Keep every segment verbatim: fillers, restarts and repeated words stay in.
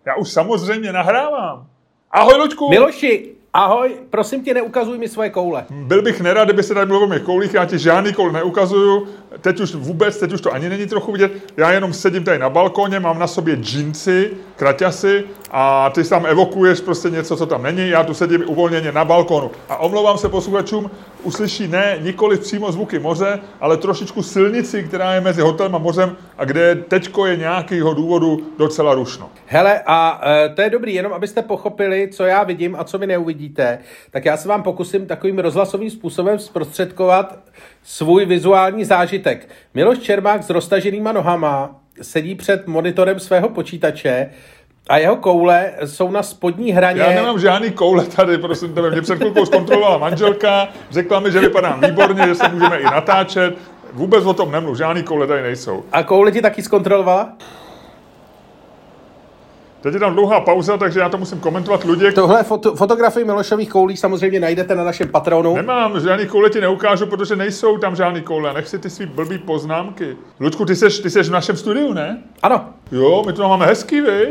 Já už samozřejmě nahrávám. Ahoj, Luďku. Miloši, ahoj, prosím tě, neukazuj mi svoje koule. Byl bych nerad, kdyby se tady mluvil o mých koulích, já ti žádný koul neukazuju. Teď už vůbec, teď už to ani není trochu vidět. Já jenom sedím tady na balkóně, mám na sobě džínsy, kraťasy a ty tam evokuješ prostě něco, co tam není. Já tu sedím uvolněně na balkónu. A omlouvám se posluchačům, uslyší ne nikoli přímo zvuky moře, ale trošičku silnici, která je mezi hotelem a mořem a kde teďko je nějakýho důvodu docela rušno. Hele, a e, to je dobrý, jenom abyste pochopili, co já vidím a co vy neuvidíte, tak já se vám pokusím takovým rozhlasovým způsobem zprostředkovat svůj vizuální zážitek. Miloš Čermák s roztaženýma nohama sedí před monitorem svého počítače a jeho koule jsou na spodní hraně. Já nemám žádný koule tady, prosím tebe. Mě před chvilkou zkontrolovala manželka, řekla mi, že vypadám výborně, že se můžeme i natáčet. Vůbec o tom nemluv, žádný koule tady nejsou. A koule ti taky zkontrolovala? Teď je tam dlouhá pauza, takže já to musím komentovat. Luděk. Tohle foto, fotografii Milošových koulí samozřejmě najdete na našem Patronu. Nemám, žádný koule ti neukážu, protože nejsou tam žádný koule. Nech si ty svý blbý poznámky. Luďku, ty seš, ty seš v našem studiu, ne? Ano. Jo, my to máme hezký, vy?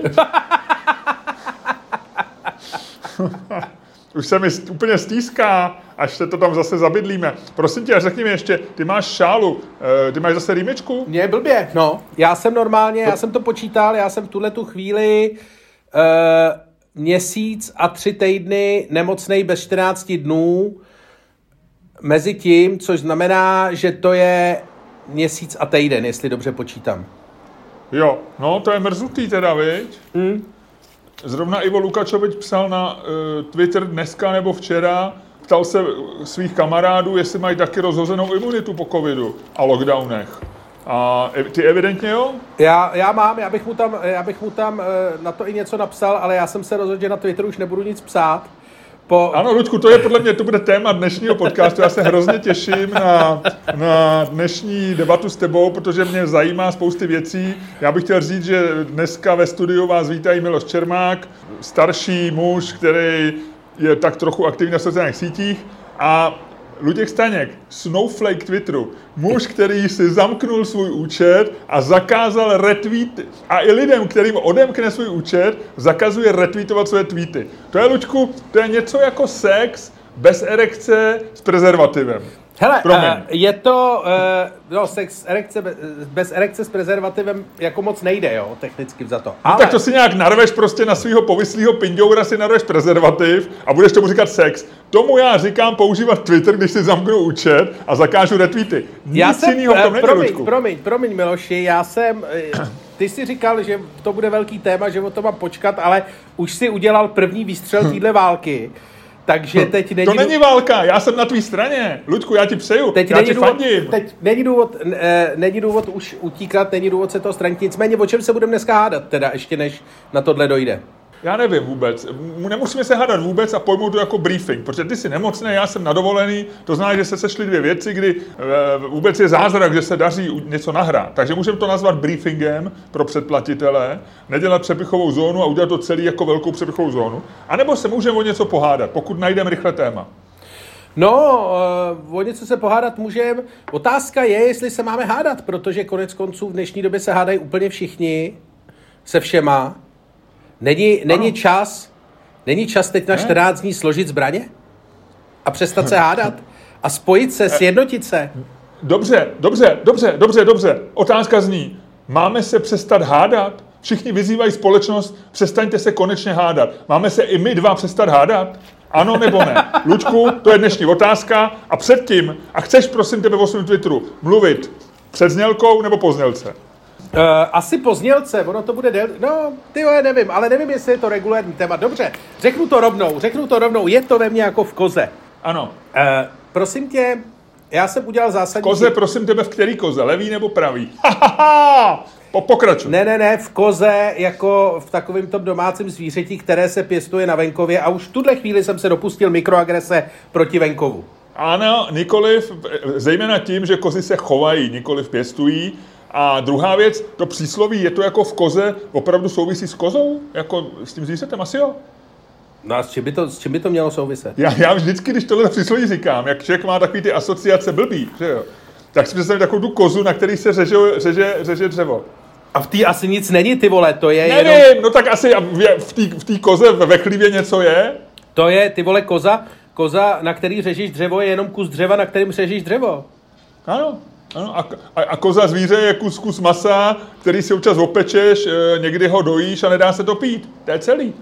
Už se mi úplně stýská, až se to tam zase zabydlíme. Prosím tě, řekni mi ještě, ty máš šálu, ty máš zase rýmičku? Mně je blbě, no. Já jsem normálně, to... já jsem to počítal, já jsem tuhle tu chvíli uh, měsíc a tři týdny nemocnej bez čtrnácti dnů mezi tím, což znamená, že to je měsíc a týden, jestli dobře počítám. Jo, no to je mrzutý teda, viď? Hmm. Zrovna Ivo Lukačovič psal na uh, Twitter dneska nebo včera, ptal se svých kamarádů, jestli mají taky rozhozenou imunitu po covidu a lockdownech. A ty evidentně jo? Já, já mám, já bych mu tam, já bych mu tam uh, na to i něco napsal, ale já jsem se rozhodl, že na Twitteru už nebudu nic psát. Po... Ano, Luďku, to je podle mě, to bude téma dnešního podcastu. Já se hrozně těším na, na dnešní debatu s tebou, protože mě zajímá spousty věcí. Já bych chtěl říct, že dneska ve studiu vás vítají Miloš Čermák, starší muž, který je tak trochu aktivní na sociálních sítích, a Luděk Staněk, Snowflake Twitteru, muž, který si zamknul svůj účet a zakázal retweety. A i lidem, kterým odemkne svůj účet, zakazuje retweetovat své tweety. To je, Luďku, to je něco jako sex bez erekce s prezervativem. Hele, uh, je to, uh, no, sex erekce, bez, bez erekce s prezervativem jako moc nejde, jo, technicky vzato. No ale... tak to si nějak narveš prostě na svého povyslého pindoura, si narveš prezervativ a budeš tomu říkat sex. Tomu já říkám používat Twitter, když si zamknu účet a zakážu retweety. Nic já jsem, jinýho v tom není, promiň, Luďku. promiň, promiň, Miloši, já jsem, ty jsi říkal, že to bude velký téma, že o to mám počkat, ale už si udělal první výstřel téhle války. Takže teď není... To není válka, já jsem na tvý straně. Luďku, já ti přeju, teď já ti důvod, fandím. Teď není důvod, e, není důvod už utíkat, není důvod se toho stranit. Nicméně, o čem se budeme dneska hádat, teda ještě než na tohle dojde? Já nevím vůbec. Nemusíme se hádat vůbec a pojmout to jako briefing, protože ty jsi nemocný, já jsem nadovolený, to znamená, že se sešly dvě věci, kdy e, vůbec je zázrak, že se daří něco nahrát. Takže můžeme to nazvat briefingem pro předplatitele, nedělat přepichovou zónu a udělat to celý jako velkou přepichovou zónu, anebo se můžeme o něco pohádat, pokud najdeme rychle téma. No, o něco se pohádat můžeme. Otázka je, jestli se máme hádat, protože konec konců v dnešní době se hádají úplně všichni se všema. Není, není čas, není čas teď na čtrnáct dní složit zbraně a přestat se hádat a spojit se, sjednotit se. Dobře, dobře, dobře, dobře, dobře. Otázka zní, máme se přestat hádat? Všichni vyzývají společnost, přestaňte se konečně hádat. Máme se i my dva přestat hádat? Ano nebo ne? Luďku, to je dnešní otázka a předtím, a chceš prosím tebe o svém Twitteru mluvit před znělkou nebo po znělce? Uh, asi po znělce, ono to bude del... No, tyjo, nevím, ale nevím, jestli je to regulární téma. Dobře, řeknu to rovnou, řeknu to rovnou, je to ve mně jako v koze. Ano. Uh, prosím tě, já jsem udělal zásadní... Koze, prosím tebe, v který koze? Levý nebo pravý? Ha, ha, ha! Po, pokračuj. Ne, ne, ne, v koze, jako v takovém tom domácím zvířeti, které se pěstuje na venkově, a už v tuhle chvíli jsem se dopustil mikroagrese proti venkovu. Ano, nikoliv, zejména tím, že kozy se chovají, nikoliv pěstují. A druhá věc, to přísloví, je to jako v koze, opravdu souvisí s kozou? Jako s tím zvířetem? Asi jo? No a s čím by to, s čím by to mělo souviset? Já, já vždycky, když tohle přísloví říkám, jak člověk má takový ty asociace blbý, že jo? Tak si představím takovou tu kozu, na který se řeže, řeže, řeže dřevo. A v té asi nic není, ty vole, to je Nevím, jenom... no tak asi v té koze ve chlívě něco je. To je, ty vole, koza, koza, na který řežíš dřevo, je jenom kus dřeva, na kterým řežíš dřevo. Ano, ano. A, a, a koza zvíře je kus, kus masa, který si občas opečeš, e, někdy ho dojíš a nedá se to pít. To je celý.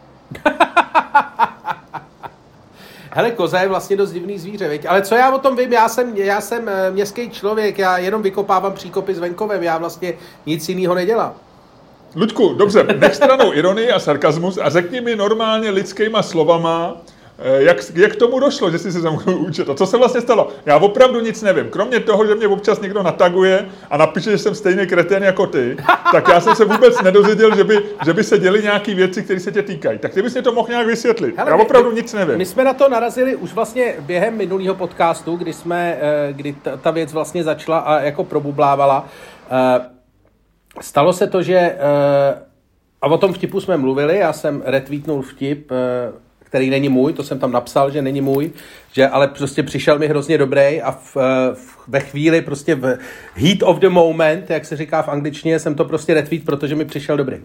Hele, koza je vlastně dost divný zvíře, viď? Ale co já o tom vím, já jsem, já jsem městský člověk, já jenom vykopávám příkopy s venkovem, já vlastně nic jiného nedělám. Luďku, dobře, nech stranou ironii a sarkazmus a řekni mi normálně lidskýma slovama, jak, jak k tomu došlo, že jsi se zamknul účet. A co se vlastně stalo? Já opravdu nic nevím. Kromě toho, že mě občas někdo nataguje a napíše, že jsem stejný kretén jako ty, tak já jsem se vůbec nedozvěděl, že by, že by se děly nějaké věci, které se tě týkají. Tak ty bys mě to mohl nějak vysvětlit. Hele, já opravdu my, nic nevím. My jsme na to narazili už vlastně během minulého podcastu, kdy jsme, kdy ta, ta věc vlastně začala a jako probublávala. Stalo se to, že a o tom vtipu jsme mluvili, já jsem retweetnul vtip, který není můj, to jsem tam napsal, že není můj, že ale prostě přišel mi hrozně dobrý a v, v, ve chvíli prostě v heat of the moment, jak se říká v angličtině, jsem to prostě retweet, protože mi přišel dobrý.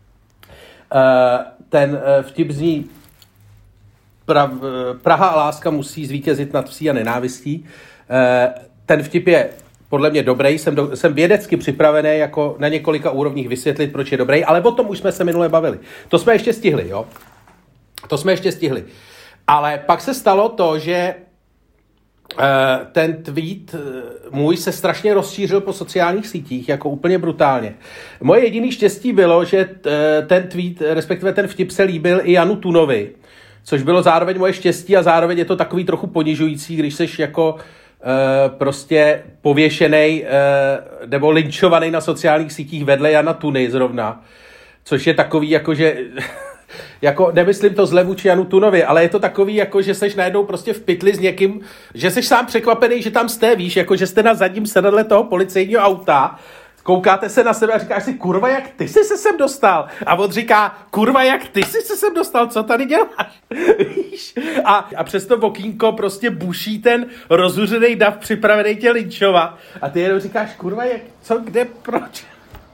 Ten vtip zní pra, Praha a láska musí zvítězit nad vsí a nenávistí. Ten vtip je podle mě dobrý, jsem, do, jsem vědecky připravený jako na několika úrovních vysvětlit, proč je dobrý, ale o tom už jsme se minule bavili. To jsme ještě stihli, jo? To jsme ještě stihli. Ale pak se stalo to, že uh, ten tweet uh, můj se strašně rozšířil po sociálních sítích, jako úplně brutálně. Moje jediné štěstí bylo, že uh, ten tweet, respektive ten vtip se líbil i Janu Tunovi, což bylo zároveň moje štěstí a zároveň je to takový trochu ponižující, když seš jako Uh, prostě pověšenej uh, nebo linčovaný na sociálních sítích vedle Jana Tuny zrovna, což je takový jako, že jako nemyslím to zle vůči Janu Tunovi, ale je to takový jako, že seš najednou prostě v pytli s někým, že seš sám překvapený, že tam jste, víš, jako že jste na zadním sedadle toho policejního auta, koukáte se na sebe a říkáš si, kurva, jak ty jsi se sem dostal? A on říká, kurva, jak ty jsi se sem dostal? Co tady děláš? Víš? A, a přes to okýnko prostě buší ten rozuřený dav připravený tě linčovat. A ty jenom říkáš, kurva, jak, co, kde, proč?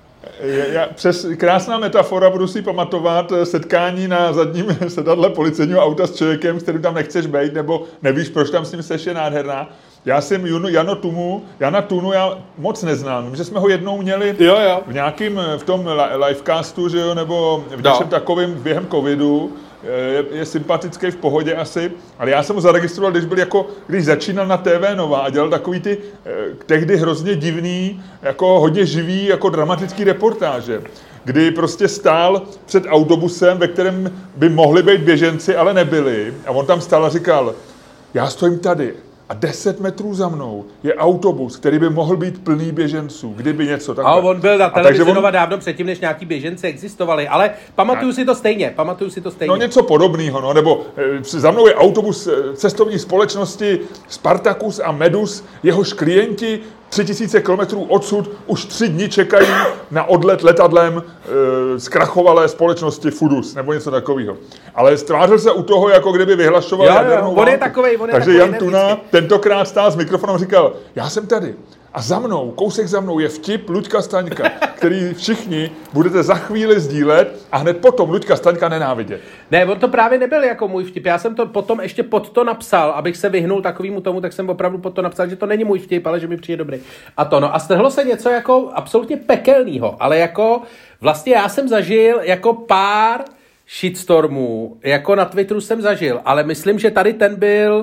Já, přes krásná metafora, budu si pamatovat setkání na zadním sedadle policejního auta s člověkem, s kterým tam nechceš být, nebo nevíš, proč tam s ním seš, je nádherná. Já jsem Junu, Jano Tumu, Jana Tunu já moc neznám, že jsme ho jednou měli jo, jo. v nějakým, v tom livecastu, že jo, nebo v něčem no. takovým během covidu. Je, je sympatický, v pohodě asi, ale já jsem ho zaregistroval, když byl jako, když začínal na T V Nova a dělal takový ty eh, tehdy hrozně divný, jako hodně živý, jako dramatický reportáže, kdy prostě stál před autobusem, ve kterém by mohli být běženci, ale nebyli. A on tam stál a říkal, já stojím tady a deset metrů za mnou je autobus, který by mohl být plný běženců, kdyby něco takhle. A on byl na televizi on... Nova dávno předtím, než nějaký běženci existovali, ale pamatuju a... si to stejně, pamatuju si to stejně. No něco podobného, no, nebo e, za mnou je autobus cestovní společnosti Spartacus a Medus, jehož klienti tři tisíce kilometrů odsud už tři dny čekají na odlet letadlem e, zkrachovalé společnosti Fudus, nebo něco takového. Ale stvářil se u toho, jako kdyby vyhlašoval jo, jadernou jo, on je takovej, on je Takže takovej, Jan Tuna tentokrát stál s mikrofonem a říkal, já jsem tady. A za mnou, kousek za mnou je vtip Luďka Staňka, který všichni budete za chvíli sdílet a hned potom Luďka Staňka nenávidět. Ne, on to právě nebyl jako můj vtip. Já jsem to potom ještě pod to napsal, abych se vyhnul takovému tomu, tak jsem opravdu pod to napsal, že to není můj vtip, ale že mi přijde dobrý. A to no. A strhlo se něco jako absolutně pekelného, ale jako vlastně já jsem zažil jako pár shitstormů, jako na Twitteru jsem zažil, ale myslím, že tady ten byl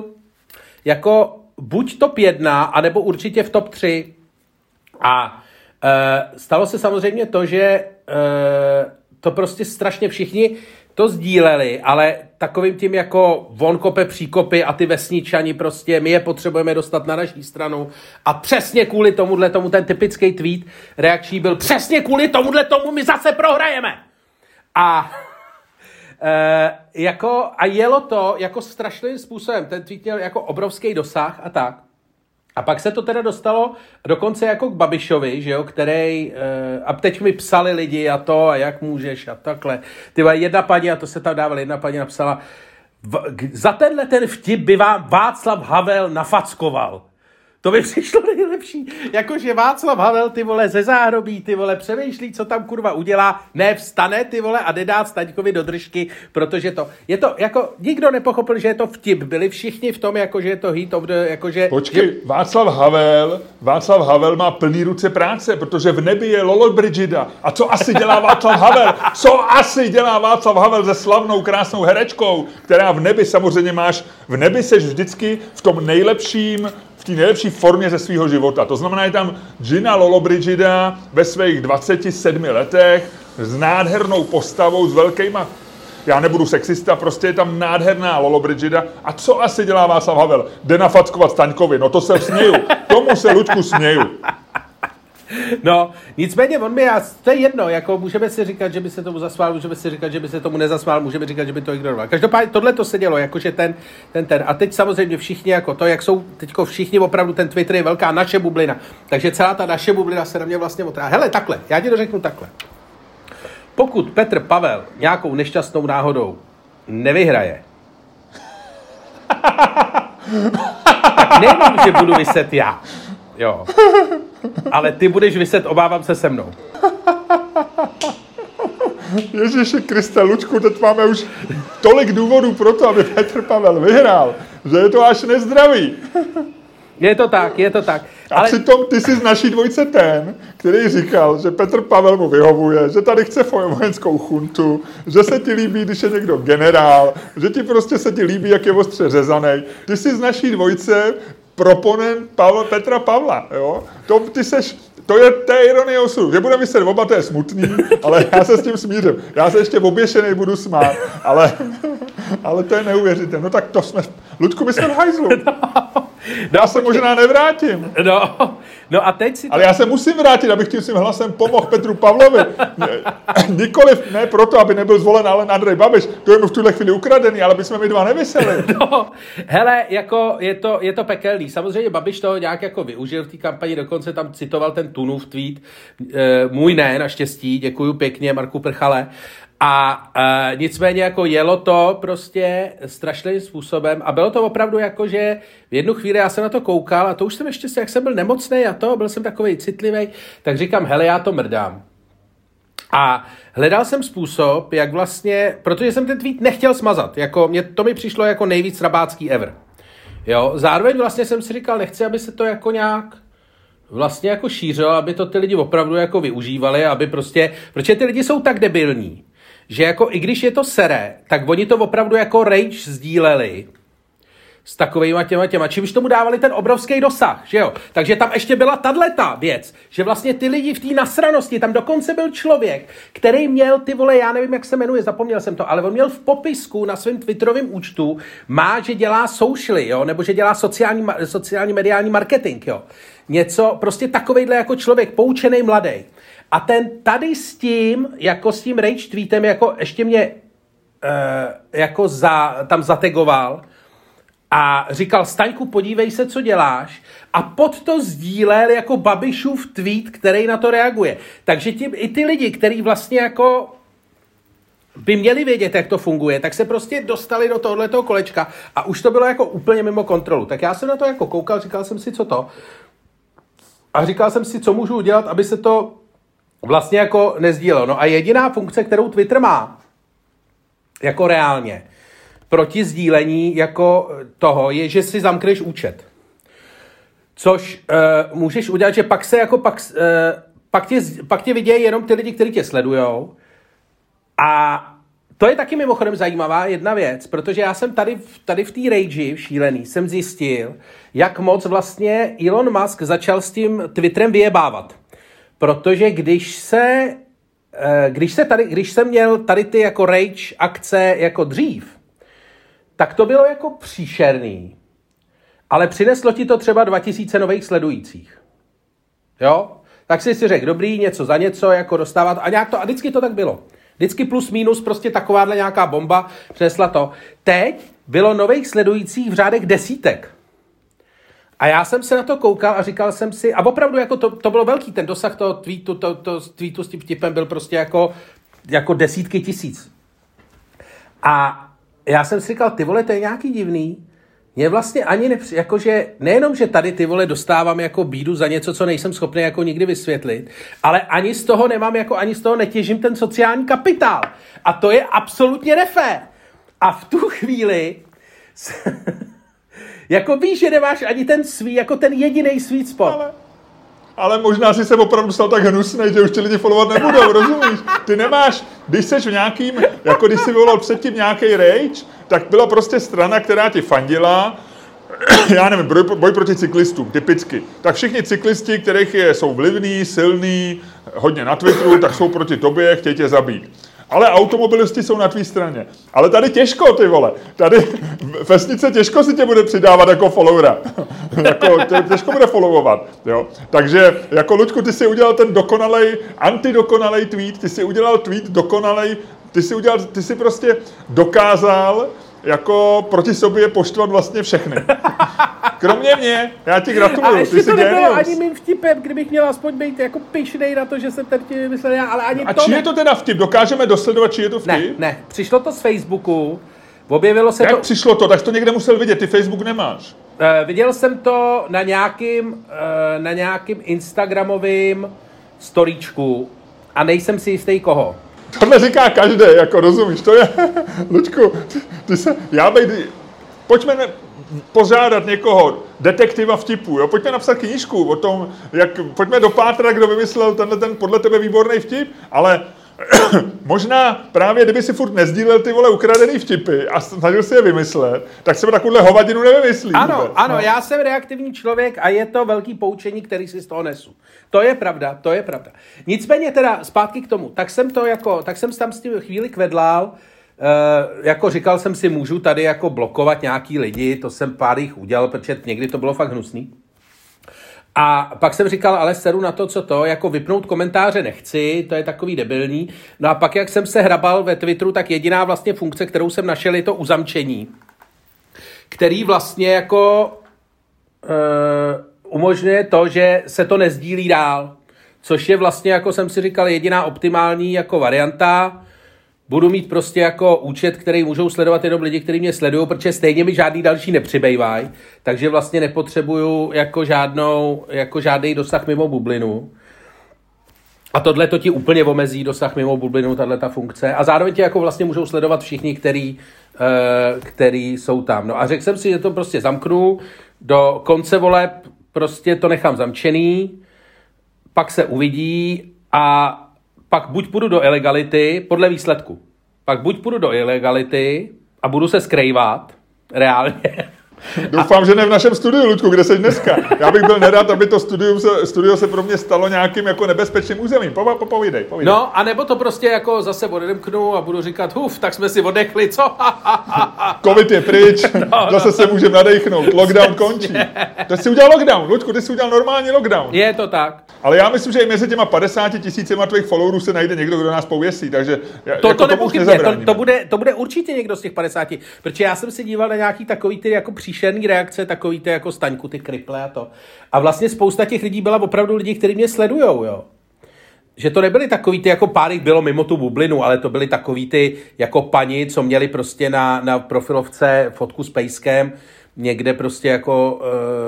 jako buď top jedna, anebo určitě v top tři. A e, stalo se samozřejmě to, že e, to prostě strašně všichni to sdíleli, ale takovým tím jako von kope příkopy a ty vesničani prostě, my je potřebujeme dostat na naší stranu. A přesně kvůli tomuhle tomu, ten typický tweet reakční byl, přesně kvůli tomuhle tomu my zase prohrajeme. A e, jako, a jelo to jako strašným způsobem. Ten tweet měl jako obrovský dosah a tak. A pak se to teda dostalo dokonce jako k Babišovi, že jo, který, e, a teď mi psali lidi a to, a jak můžeš a takhle. Tyba jedna paní, a to se tam dávali, jedna paní napsala, v, za tenhle ten vtip by vám Václav Havel nafackoval. To by přišlo nejlepší. Jakože Václav Havel, ty vole, ze záhrobí, ty vole, přemýšlí, co tam kurva udělá. Ne, vstane, ty vole, a nedá Staňkovi do držky, protože to, je to, jako, nikdo nepochopil, že je to vtip. Byli všichni v tom, jakože je to hit of the, jakože... Počkej, že... Václav Havel, Václav Havel má plný ruce práce, protože v nebi je Lollobrigida. A co asi dělá Václav Havel? Co asi dělá Václav Havel se slavnou, krásnou herečkou, která v nebi, samozřejmě máš, v nebi seš vždycky v tom nejlepším, v té nejlepší formě ze svého života. To znamená, je tam Gina Lollobrigida ve svých dvaceti sedmi letech s nádhernou postavou, s velkýma, já nebudu sexista, prostě je tam nádherná Lollobrigida. A co asi dělá Václav Havel? Jde nafackovat Staňkovi, no to se směju, tomu se, Luďku, směju. No, nicméně on mi, já, to je jedno, jako můžeme si říkat, že by se tomu zasmál, můžeme si říkat, že by se tomu nezasmál, můžeme říkat, že by to ignoroval. Každopádně tohle to se dělo, jakože ten, ten, ten. A teď samozřejmě všichni, jako to, jak jsou teďko všichni, opravdu ten Twitter je velká naše bublina. Takže celá ta naše bublina se na mě vlastně otrá. Hele, takhle, já ti to řeknu takhle. Pokud Petr Pavel nějakou nešťastnou náhodou nevyhraje, tak nejenom, že budu vyset já, jo, ale ty budeš vyset, obávám se, se mnou. Ježiši Kriste, Lučku, teď máme už tolik důvodů pro to, aby Petr Pavel vyhrál, že je to až nezdravý. Je to tak, je to tak. A ale... přitom ty jsi z naší dvojce ten, který říkal, že Petr Pavel mu vyhovuje, že tady chce vojenskou chuntu, že se ti líbí, když je někdo generál, že ti prostě se ti líbí, jak je ostře řezanej. Ty jsi z naší dvojce proponent Pavla, Petra Pavla, jo? To, ty seš, to je té ironie osudu, že budeme vyset oba, to je smutný, ale já se s tím smířím. Já se ještě oběšenej budu smát, ale, ale to je neuvěřitelné. No tak to jsme, Ludku, my jsme v hajzlu. No, já se možná nevrátím. No, no a teď si... To... Ale já se musím vrátit, abych tím svým hlasem pomohl Petru Pavlovi. Nikoliv ne proto, aby nebyl zvolen Alen Andrej Babiš, to je mu v tuhle chvíli ukradený, ale bychom my dva nevyseli. No, hele, jako je to, je to pekelný. Samozřejmě Babiš toho nějak jako využil v té kampani, dokonce tam citoval ten Tunův tweet. E, můj ne, naštěstí, děkuju pěkně Marku Prchale. A e, nicméně jako jelo to prostě strašným způsobem a bylo to opravdu jako, že v jednu chvíli já jsem na to koukal a to už jsem ještě, jak jsem byl nemocnej a to, byl jsem takovej citlivý, tak říkám, hele, já to mrdám. A hledal jsem způsob, jak vlastně, protože jsem ten tweet nechtěl smazat, jako mě, to mi přišlo jako nejvíc rabácký ever. Jo, zároveň vlastně jsem si říkal, nechci, aby se to jako nějak vlastně jako šířilo, aby to ty lidi opravdu jako využívali, aby prostě, protože ty lidi jsou tak debilní, že jako i když je to sere, tak oni to opravdu jako rage sdíleli s takovejma těma těma, čímž tomu dávali ten obrovský dosah, že jo. Takže tam ještě byla tahleta věc, že vlastně ty lidi v té nasranosti, tam dokonce byl člověk, který měl, ty vole, já nevím, jak se jmenuje, zapomněl jsem to, ale on měl v popisku na svém twitterovém účtu, má, že dělá socially, jo, nebo že dělá sociální, sociální mediální marketing, jo. Něco, prostě takovejhle jako člověk, poučený mladý. A ten tady s tím, jako s tím rage tweetem, jako ještě mě uh, jako za, tam zategoval a říkal, Staňku, podívej se, co děláš. A pod to sdílel jako Babišův tweet, který na to reaguje. Takže tím, i ty lidi, kteří vlastně jako by měli vědět, jak to funguje, tak se prostě dostali do tohoto kolečka a už to bylo jako úplně mimo kontrolu. Tak já jsem na to jako koukal, říkal jsem si, co to. A říkal jsem si, co můžu udělat, aby se to vlastně jako nezdílelo. No a jediná funkce, kterou Twitter má, jako reálně, proti sdílení jako toho, je, že si zamkneš účet. Což uh, můžeš udělat, že pak se jako pak, uh, pak, tě, pak tě vidějí jenom ty lidi, kteří tě sledujou. A to je taky mimochodem zajímavá jedna věc, protože já jsem tady, tady v té rage šílený jsem zjistil, jak moc vlastně Elon Musk začal s tím Twitterem vyjebávat. Protože když se, když se tady, když jsem měl tady ty jako rage akce jako dřív, tak to bylo jako příšerný. Ale přineslo ti to třeba dva tisíce nových sledujících. Jo? Tak si si řekl, dobrý, něco za něco, jako dostávat. A nějak to, a vždycky to tak bylo. Vždycky plus minus, prostě takováhle nějaká bomba přinesla to. Teď bylo nových sledujících v řádech desítek. A já jsem se na to koukal a říkal jsem si, a opravdu jako to, to bylo velký, ten dosah toho tweetu, to, to tweetu s tím vtipem byl prostě jako, jako desítky tisíc. A já jsem si říkal, ty vole, to je nějaký divný, Mě vlastně ani nepři... jakože nejenom, že tady ty vole dostávám jako bídu za něco, co nejsem schopný jako nikdy vysvětlit, ale ani z toho nemám, jako ani z toho netěžím ten sociální kapitál. A to je absolutně nefér. A v tu chvíli jako víš, že nemáš ani ten svý, jako ten jedinej sweet spot. Ale, ale možná si se opravdu stal tak hnusnej, že už ti lidi followovat nebudou, rozumíš? Ty nemáš, když seš v nějakým, jako když jsi vyvolal předtím nějaký rage, tak byla prostě strana, která ti fandila, já nevím, boj, boj proti cyklistům, typicky. Tak všichni cyklisti, kterých je, jsou vlivní, silní, hodně na Twitteru, tak jsou proti tobě, chtějí tě zabít. Ale automobilisti jsou na tvý straně. Ale tady těžko, ty vole. Tady vesnice těžko si tě bude přidávat jako followera. Jako, tě, těžko bude followovat. Jo? Takže jako Luďku, ty si udělal ten dokonalej, antidokonalej tweet, ty si udělal tweet dokonalej, ty si udělal, ty si prostě dokázal jako proti sobě poštvat vlastně všechny. Kromě mě, já ti gratuluju, ty jsi to nebylo genius. ani mým vtipem, kdybych měl aspoň být jako pyšnej na to, že jsem ten vtip vymyslel já, ale ani A to či ne... je to teda vtip? Dokážeme dosledovat, či je to vtip? Ne, ne, přišlo to z Facebooku, objevilo se Jak to... přišlo to? Tak jsi to někde musel vidět, ty Facebook nemáš. Uh, viděl jsem to na nějakým, uh, na nějakým Instagramovým storíčku a nejsem si jistý koho. Tohle říká každý, jako rozumíš, to je, Luďku, ty, ty se, já bejdy, pojďme ne, požádat někoho, detektiva vtipů, jo, pojďme napsat knížku o tom, jak, pojďme dopátrat, kdo vymyslel tenhle ten podle tebe výborný vtip, ale možná právě, kdyby si furt nezdílel ty vole ukradený vtipy a snažil si je vymyslet, tak se takovouhle hovadinu nevymyslí. Ano, vůbec, ano, no. já jsem reaktivní člověk a je to velký poučení, který si z toho nesu. To je pravda, to je pravda. Nicméně teda zpátky k tomu, tak jsem to jako, tak jsem tam s tím chvíli kvedlal, uh, jako říkal jsem si, můžu tady jako blokovat nějaký lidi, to jsem pár jich udělal, protože někdy to bylo fakt hnusný. A pak jsem říkal, ale seru na to, co to, jako vypnout komentáře nechci, to je takový debilní. No a pak, jak jsem se hrabal ve Twitteru, tak jediná vlastně funkce, kterou jsem našel, je to uzamčení, který vlastně jako uh, umožňuje to, že se to nezdílí dál, což je vlastně, jako jsem si říkal, jediná optimální jako varianta. Budu mít prostě jako účet, který můžou sledovat jenom lidi, kteří mě sledují, protože stejně mi žádný další nepřibývají, takže vlastně nepotřebuju jako žádnou, jako žádný dosah mimo bublinu. A tohle to ti úplně omezí dosah mimo bublinu, tato funkce. A zároveň tě jako vlastně můžou sledovat všichni, který, uh, který jsou tam. No a řekl jsem si, že to prostě zamknu, do konce voleb prostě to nechám zamčený, pak se uvidí a pak buď půjdu do ilegality, podle výsledku. Pak buď půjdu do ilegality a budu se skrývat, reálně. Doufám, že ne v našem studiu, Luďku, kde jsi dneska. Já bych byl nerad, aby to studium se, studio se pro mě stalo nějakým jako nebezpečným územím. Po, po, povídej, povídej. No, anebo to prostě jako zase odemknu a budu říkat, huf, tak jsme si odechli, co? Covid je pryč, no, zase no. se můžeme nadechnout, lockdown končí. Ty jsi udělal lockdown, Luďku, ty jsi udělal normální lockdown. Je to tak. Ale já myslím, že i mezi těma padesáti tisícima tvých followerů se najde někdo, kdo nás pověsí, takže to, jako to nepochybně, to, to, bude, to bude určitě někdo z těch padesáti, protože já jsem si díval na nějaký takový ty jako příšerný reakce, takový ty jako Staňku, ty kriple a to. A vlastně spousta těch lidí byla opravdu lidi, kteří mě sledujou, jo. Že to nebyly takový ty, jako pár jich bylo mimo tu bublinu, ale to byly takový ty jako pani, co měli prostě na, na profilovce fotku s pejskem, někde prostě jako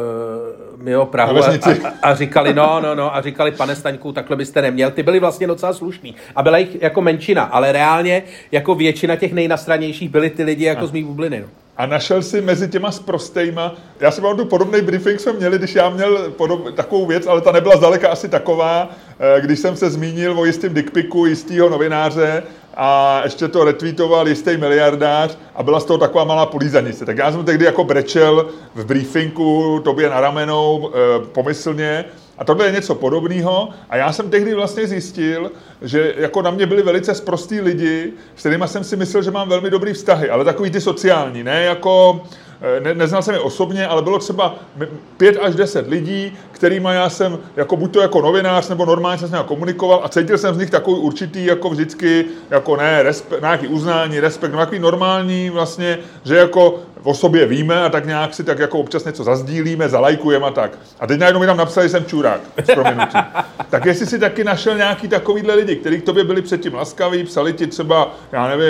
uh, mimo Prahu a, a, a říkali, no, no, no, a říkali, pane Staňku, takhle byste neměl. Ty byli vlastně docela slušný. A byla jich jako menšina, ale reálně jako většina těch nejnastranějších byli ty lidi jako a. z mý bubliny, no. A našel si mezi těma sprostejma, já si pamatuju, podobný briefing jsme měli, když já měl podob, takovou věc, ale ta nebyla zdaleka asi taková, když jsem se zmínil o jistým dickpiku jistýho novináře a ještě to retweetoval jistý miliardář a byla z toho taková malá polízanice. Tak já jsem tehdy jako brečel v briefingu tobě na ramenou pomyslně. A tohle je něco podobného a já jsem tehdy vlastně zjistil, že jako na mě byli velice sprostý lidi, s kterými jsem si myslel, že mám velmi dobrý vztahy, ale takový ty sociální, ne jako, ne, neznal jsem je osobně, ale bylo třeba pět až deset lidí, kterýma já jsem, jako buď to jako novinář, nebo normálně jsem s nimi komunikoval a cítil jsem z nich takový určitý, jako vždycky, jako ne, respekt, nějaký uznání, respekt, no takový normální vlastně, že jako o sobě víme a tak nějak si tak jako občas něco zazdílíme, zalajkujeme a tak. A teď najednou mi tam napsali, že jsem čurák, s prominutím. Tak jestli si taky našel nějaký takovýhle lidi, kteří k tobě byli předtím laskaví, psali ti třeba, já nevím,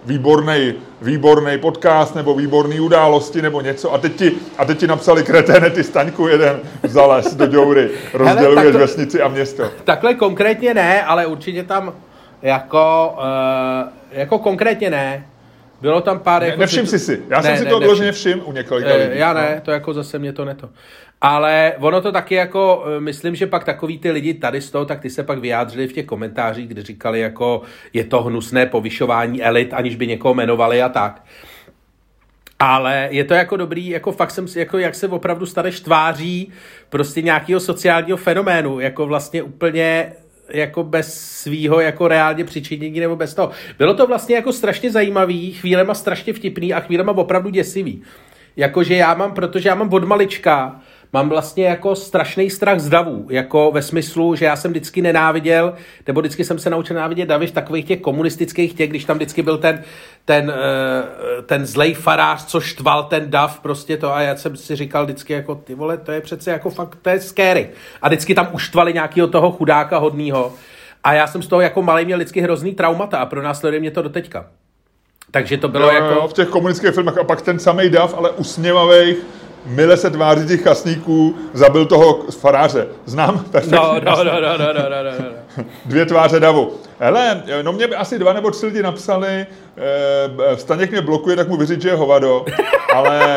výborný, výborný podcast nebo výborný události nebo něco a teď ti, a teď ti napsali kreténe, ty Staňku jeden zales do děury, rozděluješ takhle, vesnici a město. Takhle konkrétně ne, ale určitě tam jako, uh, jako konkrétně ne. Bylo tam pár... Ne, jako nevšim si si. Já ne, jsem si ne, to odloženě všim u několika e, lidí. Já ne, to jako zase mě to neto. Ale ono to taky jako, myslím, že pak takový ty lidi tady z toho, tak ty se pak vyjádřili v těch komentářích, kde říkali jako, je to hnusné povyšování elit, aniž by někoho jmenovali a tak. Ale je to jako dobrý, jako fakt jsem si, jako jak se opravdu staneš tváří prostě nějakého sociálního fenoménu, jako vlastně úplně... jako bez svýho jako reálně přičinění nebo bez toho. Bylo to vlastně jako strašně zajímavý, chvílema strašně vtipný a chvílema opravdu děsivý. Jakože já mám, protože já mám od malička, mám vlastně jako strašný strach z davů, jako ve smyslu, že já jsem vždycky nenáviděl, nebo vždycky jsem se naučil nenávidět davy v takových těch komunistických těch, když tam vždycky byl ten, ten, ten zlej farář, co štval ten dav, prostě to a já jsem si říkal vždycky jako ty vole, to je přece jako fakt, to je scary. A vždycky tam uštvali nějakého toho chudáka hodnýho. A já jsem z toho jako malej měl vždycky hrozný traumata a pro nás sleduje mě to doteďka. Takže to bylo jo, jako... Jo, v těch komunistických filmech a pak ten samej dav, ale usměvavých, mile se tváří těch chasníků, zabil toho faráře. Znám perfektně. No, no, no, no, no, no, no, no. Dvě tváře davu. Hele, no mě by asi dva nebo tři lidi napsali, eh, Staněk mě blokuje, tak mu vyřiď, že je hovado. Ale...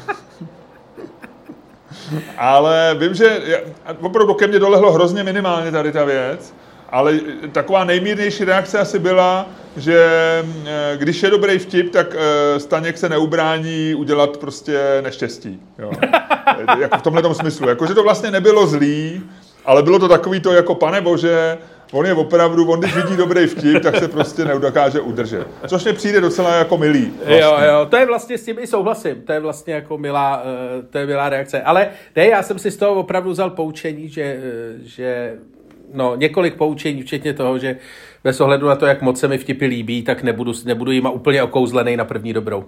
ale vím, že opravdu ke mně dolehlo hrozně minimálně tady ta věc. Ale taková nejmírnější reakce asi byla, že když je dobrý vtip, tak Staněk se neubrání udělat prostě neštěstí. Jo. Jako v tomhletom smyslu. Jako, že to vlastně nebylo zlý, ale bylo to takový to jako pane bože, on je opravdu, on když vidí dobrý vtip, tak se prostě neudokáže udržet. Což mě přijde docela jako milý. Vlastně. Jo, jo, to je vlastně s tím i souhlasím. To je vlastně jako milá, to je milá reakce. Ale ne, já jsem si z toho opravdu vzal poučení, že, že no, několik poučení, včetně toho, že bez ohledu na to, jak moc se mi vtipy líbí, tak nebudu, nebudu jima úplně okouzlenej na první dobrou.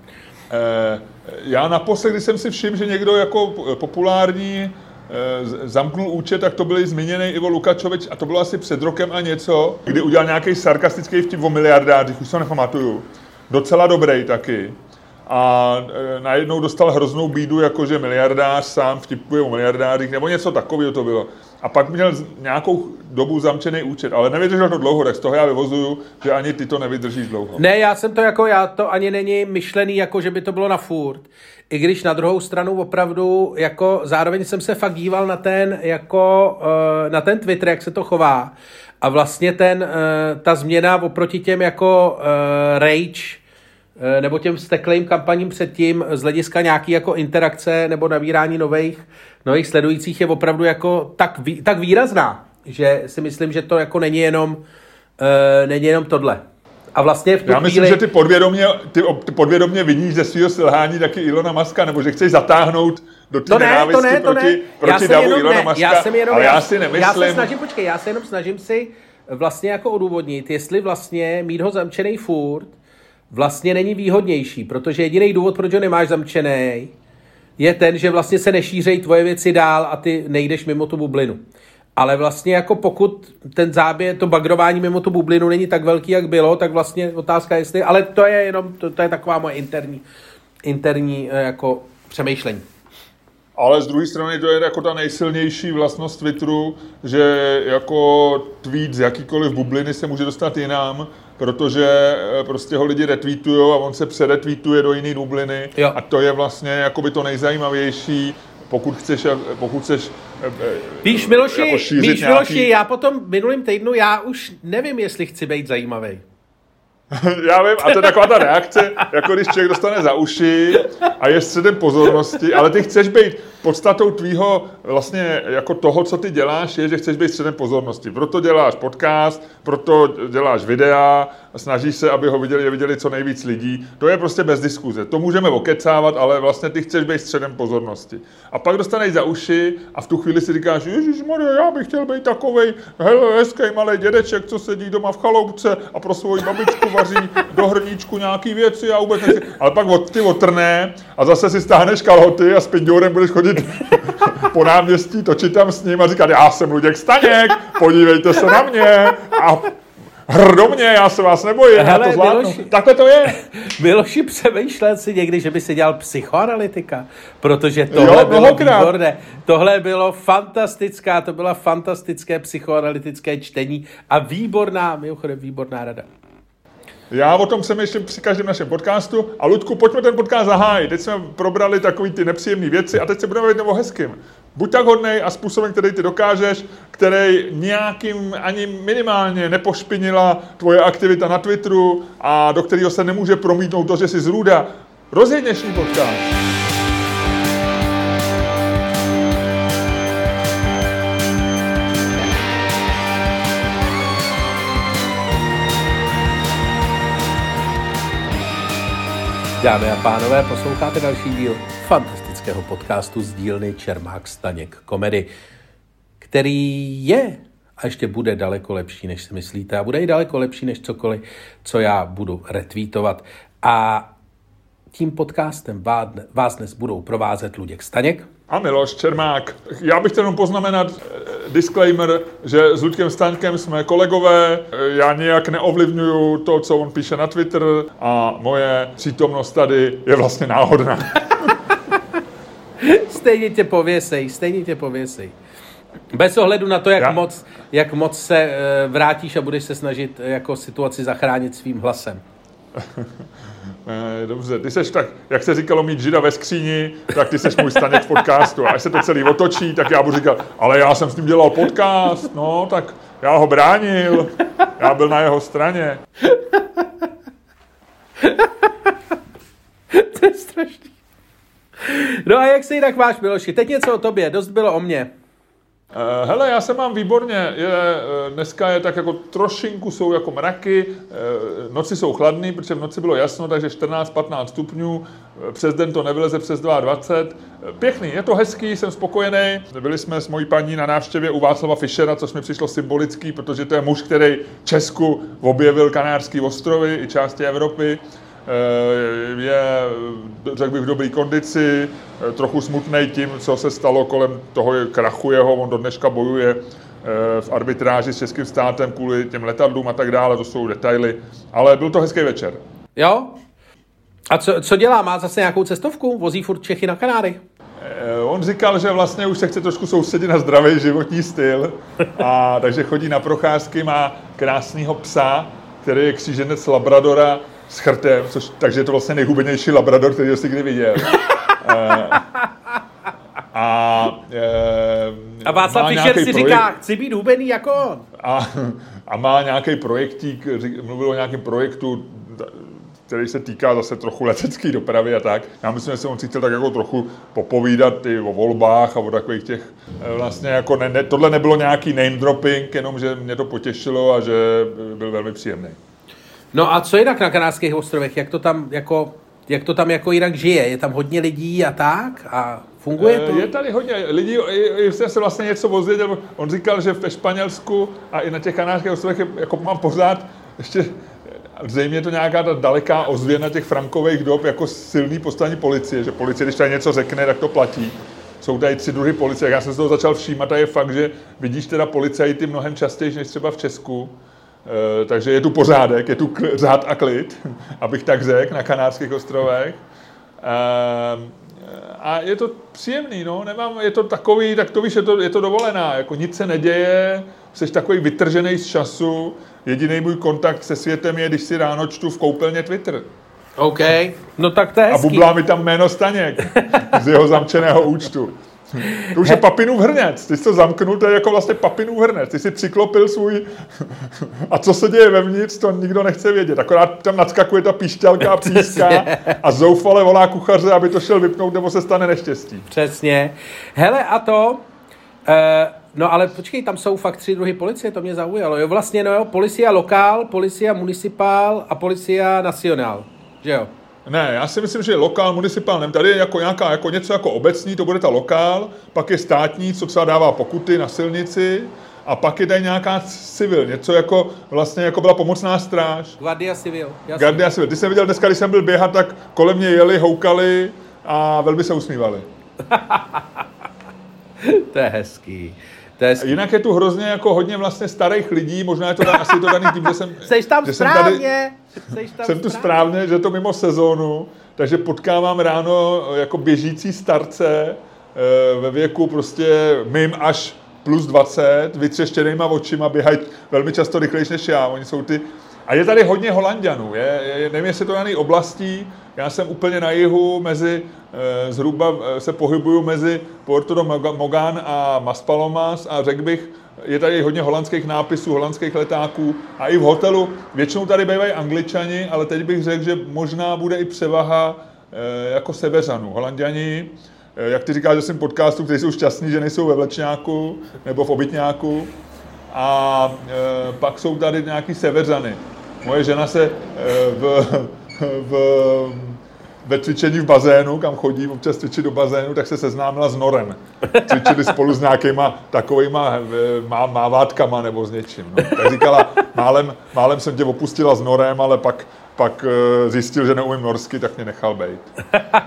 Eh, já naposledy, když jsem si všiml, že někdo jako populární eh, zamknul účet, tak to byl zmíněný Ivo Lukačovič a to bylo asi před rokem a něco, kdy udělal nějaký sarkastický vtip o miliardářích, už se nepamatuju. Docela dobrý taky. A e, najednou dostal hroznou bídu, jakože miliardář sám vtipuje o miliardářích, nebo něco takového to bylo. A pak měl nějakou dobu zamčený účet, ale nevydržel to dlouho, tak z toho já vyvozuju, že ani ty to nevydržíš dlouho. Ne, já jsem to jako, já to ani není myšlený, jako že by to bylo na furt. I když na druhou stranu opravdu, jako zároveň jsem se fakt díval na ten, jako, na ten Twitter, jak se to chová. A vlastně ten, ta změna oproti těm jako rage, nebo těm steklým kampaním předtím z hlediska nějaký jako interakce nebo nabírání nových, nových sledujících je opravdu jako tak, vý, tak výrazná, že si myslím, že to jako není jenom, uh, není jenom tohle. A vlastně v tu Já myslím, chvíli... že ty podvědomě, ty, ty podvědomě vidíš ze svého selhání taky Ilona Muska, nebo že chceš zatáhnout do té nenávisti ne, to proti, ne. proti davu jenom, Ilona ne, Muska, já jsem jenom, ale já, já si nemyslím... Já se snažím, počkej, já se jenom snažím si vlastně jako odůvodnit, jestli vlastně mít ho zamčenej furt vlastně není výhodnější, protože jediný důvod, proč ho nemáš zamčený, je ten, že vlastně se nešířejí tvoje věci dál a ty nejdeš mimo tu bublinu. Ale vlastně jako pokud ten záběr, to bagrování mimo tu bublinu není tak velký, jak bylo, tak vlastně otázka jestli, ale to je jenom, to, to je taková moje interní, interní jako přemýšlení. Ale z druhé strany to je jako ta nejsilnější vlastnost Twitteru, že jako tweet z jakýkoliv bubliny se může dostat jinam, protože prostě ho lidi retweetujou a on se předetweetuje do jiné bubliny. Jo. A to je vlastně jakoby to nejzajímavější, pokud chceš, pokud chceš Víš, Miloši, jako šířit víš, nějaký... Miloši, já potom minulým týdnu, já už nevím, jestli chci být zajímavý. Já vím, a to je taková ta reakce, jako když člověk dostane za uši a je středem pozornosti, ale ty chceš být podstatou tvýho vlastně jako toho, co ty děláš, je, že chceš být středem pozornosti. Proto děláš podcast, proto děláš videa, snažíš se, aby ho viděli, viděli co nejvíc lidí. To je prostě bez diskuze. To můžeme okecávat, ale vlastně ty chceš být středem pozornosti. A pak dostaneš za uši a v tu chvíli si říkáš, ježišmarja, já bych chtěl být takovej hele, hezký malej dědeček, co sedí doma v chaloupce a pro svoji babičku vaří do hrníčku nějaký věci a vůbec nechci. Ale pak od, ty otrne a zase si stáhneš kalhoty a s pindourem budeš chodit po náměstí, točit tam s ním a říkat, já jsem Luděk Staněk, podívejte se na mě a Hr do mě, já se vás nebojím, hele, já to zvládnu. Miloši, takhle to je. Miloši, přemýšlel si někdy, že by si dělal psychoanalytika, protože tohle jo, bylo výborné. Tohle bylo fantastická, to byla fantastické psychoanalytické čtení a výborná, mimochodem výborná rada. Já o tom přemýšlím při každém našem podcastu a Ludku, pojďme ten podcast zahájit. Teď jsme probrali takový ty nepříjemné věci a teď se budeme vědět o hezkým. Buď tak hodnej a způsobem, který ty dokážeš, který nějakým ani minimálně nepošpinila tvoje aktivita na Twitteru a do kterého se nemůže promítnout to, že jsi zrůda. Rozjeď dnešní podcast. Dámy a pánové, posloucháte další díl fantastického podcastu z dílny Čermák Staněk Komedy, který je a ještě bude daleko lepší, než si myslíte. A bude i daleko lepší, než cokoliv, co já budu retweetovat. A tím podcastem vás dnes budou provázet Luděk Staněk a Miloš Čermák. Já bych chtěl jenom poznamenat disclaimer, že s Luďkem Staňkem jsme kolegové, já nijak neovlivňuju to, co on píše na Twitter a moje přítomnost tady je vlastně náhodná. Stejně tě pověsej, stejně tě pověsej. Bez ohledu na to, jak moc, jak moc se vrátíš a budeš se snažit jako situaci zachránit svým hlasem. Ne, dobře, ty seš tak, jak se říkalo mít žida ve skříni, tak ty seš můj Staněk v podcastu. A až se to celý otočí, tak já budu říkat, ale já jsem s ním dělal podcast, no, tak já ho bránil, já byl na jeho straně. To je strašný. No a jak se jinak máš, Miloši? Teď něco o tobě, dost bylo o mně. Uh, hele, já se mám výborně, je, dneska je tak jako trošinku jsou jako mraky, uh, noci jsou chladný, protože v noci bylo jasno, takže čtrnáct patnáct stupňů, přes den to nevyleze přes dvacet dva. Pěkný, je to hezký, jsem spokojený. Byli jsme s mojí paní na návštěvě u Václava Fischera, což mi přišlo symbolický, protože to je muž, který Česku objevil Kanárské ostrovy i části Evropy. Je, řekl bych, v dobré kondici, trochu smutnej tím, co se stalo kolem toho krachu jeho, on do dneška bojuje v arbitráži s českým státem kvůli těm letadlům a tak dále, to jsou detaily, ale byl to hezký večer. Jo? A co, co dělá? Má zase nějakou cestovku? Vozí furt Čechy na Kanáry? On říkal, že vlastně už se chce trošku soustředit na zdravý životní styl, a takže chodí na procházky, má krásného psa, který je kříženec labradora s chrtem, což, takže je to vlastně nejhubenější labrador, který jsi kdy viděl. e, a, e, a Václav Fischer si projekt, říká, chci být hubený jako on. A, a má nějaký projektík, mluvil o nějakém projektu, který se týká zase trochu letecké dopravy a tak. Já myslím, že se on cítil tak jako trochu popovídat i o volbách a o takových těch, vlastně jako ne, ne, tohle nebylo nějaký name dropping, jenom že mě to potěšilo a že byl velmi příjemný. No a co jinak na Kanárských ostrovech? Jak to tam jako, jak to tam jako jinak žije? Je tam hodně lidí a tak? A funguje to? Je tady hodně lidí, jsem se vlastně něco dozvěděl. On říkal, že ve Španělsku a i na těch Kanárských ostrovech jako mám pořád ještě zřejmě je to nějaká ta daleká ozvěna těch Frankových dob jako silný postavení policie, že policie, když tady něco řekne, tak to platí. Jsou tady tři druhy policie. Já jsem se toho začal všímat a je fakt, že vidíš teda policajty mnohem častěji než třeba v Česku. Uh, takže je tu pořádek, je tu kl- řád a klid, abych tak řekl, na Kanárských ostrovech. Uh, a je to příjemný, no, nemám, je to takový, tak to víš, je to, je to dovolená, jako nic se neděje, jsi takový vytržený z času, jediný můj kontakt se světem je, když si ráno čtu v koupelně Twitter. OK, no tak to je hezký. A bublá mi tam jméno Staněk z jeho zamčeného účtu. To už je papinův hrnec. Ty jsi to zamknul, to je jako vlastně papinův hrnec. Ty jsi přiklopil svůj... A co se děje vevnitř, to nikdo nechce vědět. Akorát tam nadskakuje ta píšťalka a píská a zoufale volá kuchaře, aby to šel vypnout, nebo se stane neštěstí. Přesně. Hele, a to... Uh, no ale počkej, tam jsou fakt tři druhy policie, to mě zaujalo. Jo, vlastně, no jo, policia lokál, policia municipál a policia nacionál. Že jo? Ne, já si myslím, že lokál, municipál, tady je jako nějaká, jako něco jako obecní, to bude ta lokál, pak je státní, co třeba dává pokuty na silnici, a pak je tady nějaká civil, něco jako, vlastně jako byla pomocná stráž. Guardia civil. Guardia civil. Ty jsem viděl dneska, když jsem byl běhat, tak kolem mě jeli, houkali a velmi se usmívali. To je hezký. Jinak je tu hrozně jako hodně vlastně starých lidí, možná je to tam, asi to daný tím, že jsem... Seš tam že správně! Jsem, tady, jsem tu správně, že to mimo sezónu, takže potkávám ráno jako běžící starce ve věku prostě mým až plus dvacet, vytřeštěnýma očima, běhají velmi často rychlejš než já, oni jsou ty... A je tady hodně Holanďanů, je, je, nevím, jestli to daný oblastí, já jsem úplně na jihu, mezi, e, zhruba se pohybuju mezi Porto do Mogán a Maspalomas a řekl bych, je tady hodně holandských nápisů, holandských letáků a i v hotelu, většinou tady bývají Angličani, ale teď bych řekl, že možná bude i převaha e, jako Seveřanů, Holanďani, e, jak ty říkáš, že jsem podcastu, kteří jsou šťastní, že nejsou ve vlečňáku nebo v obytňáku. A e, pak jsou tady nějaký Seveřany. Moje žena se e, v, v, ve cvičení v bazénu, kam chodí občas cvičit do bazénu, tak se seznámila s Norem. Cvičili spolu s nějakýma takovejma má, mávátkama nebo s něčím. No. Tak říkala, málem, málem jsem tě opustila s Norem, ale pak, pak zjistil, že neumím norsky, tak mě nechal bejt.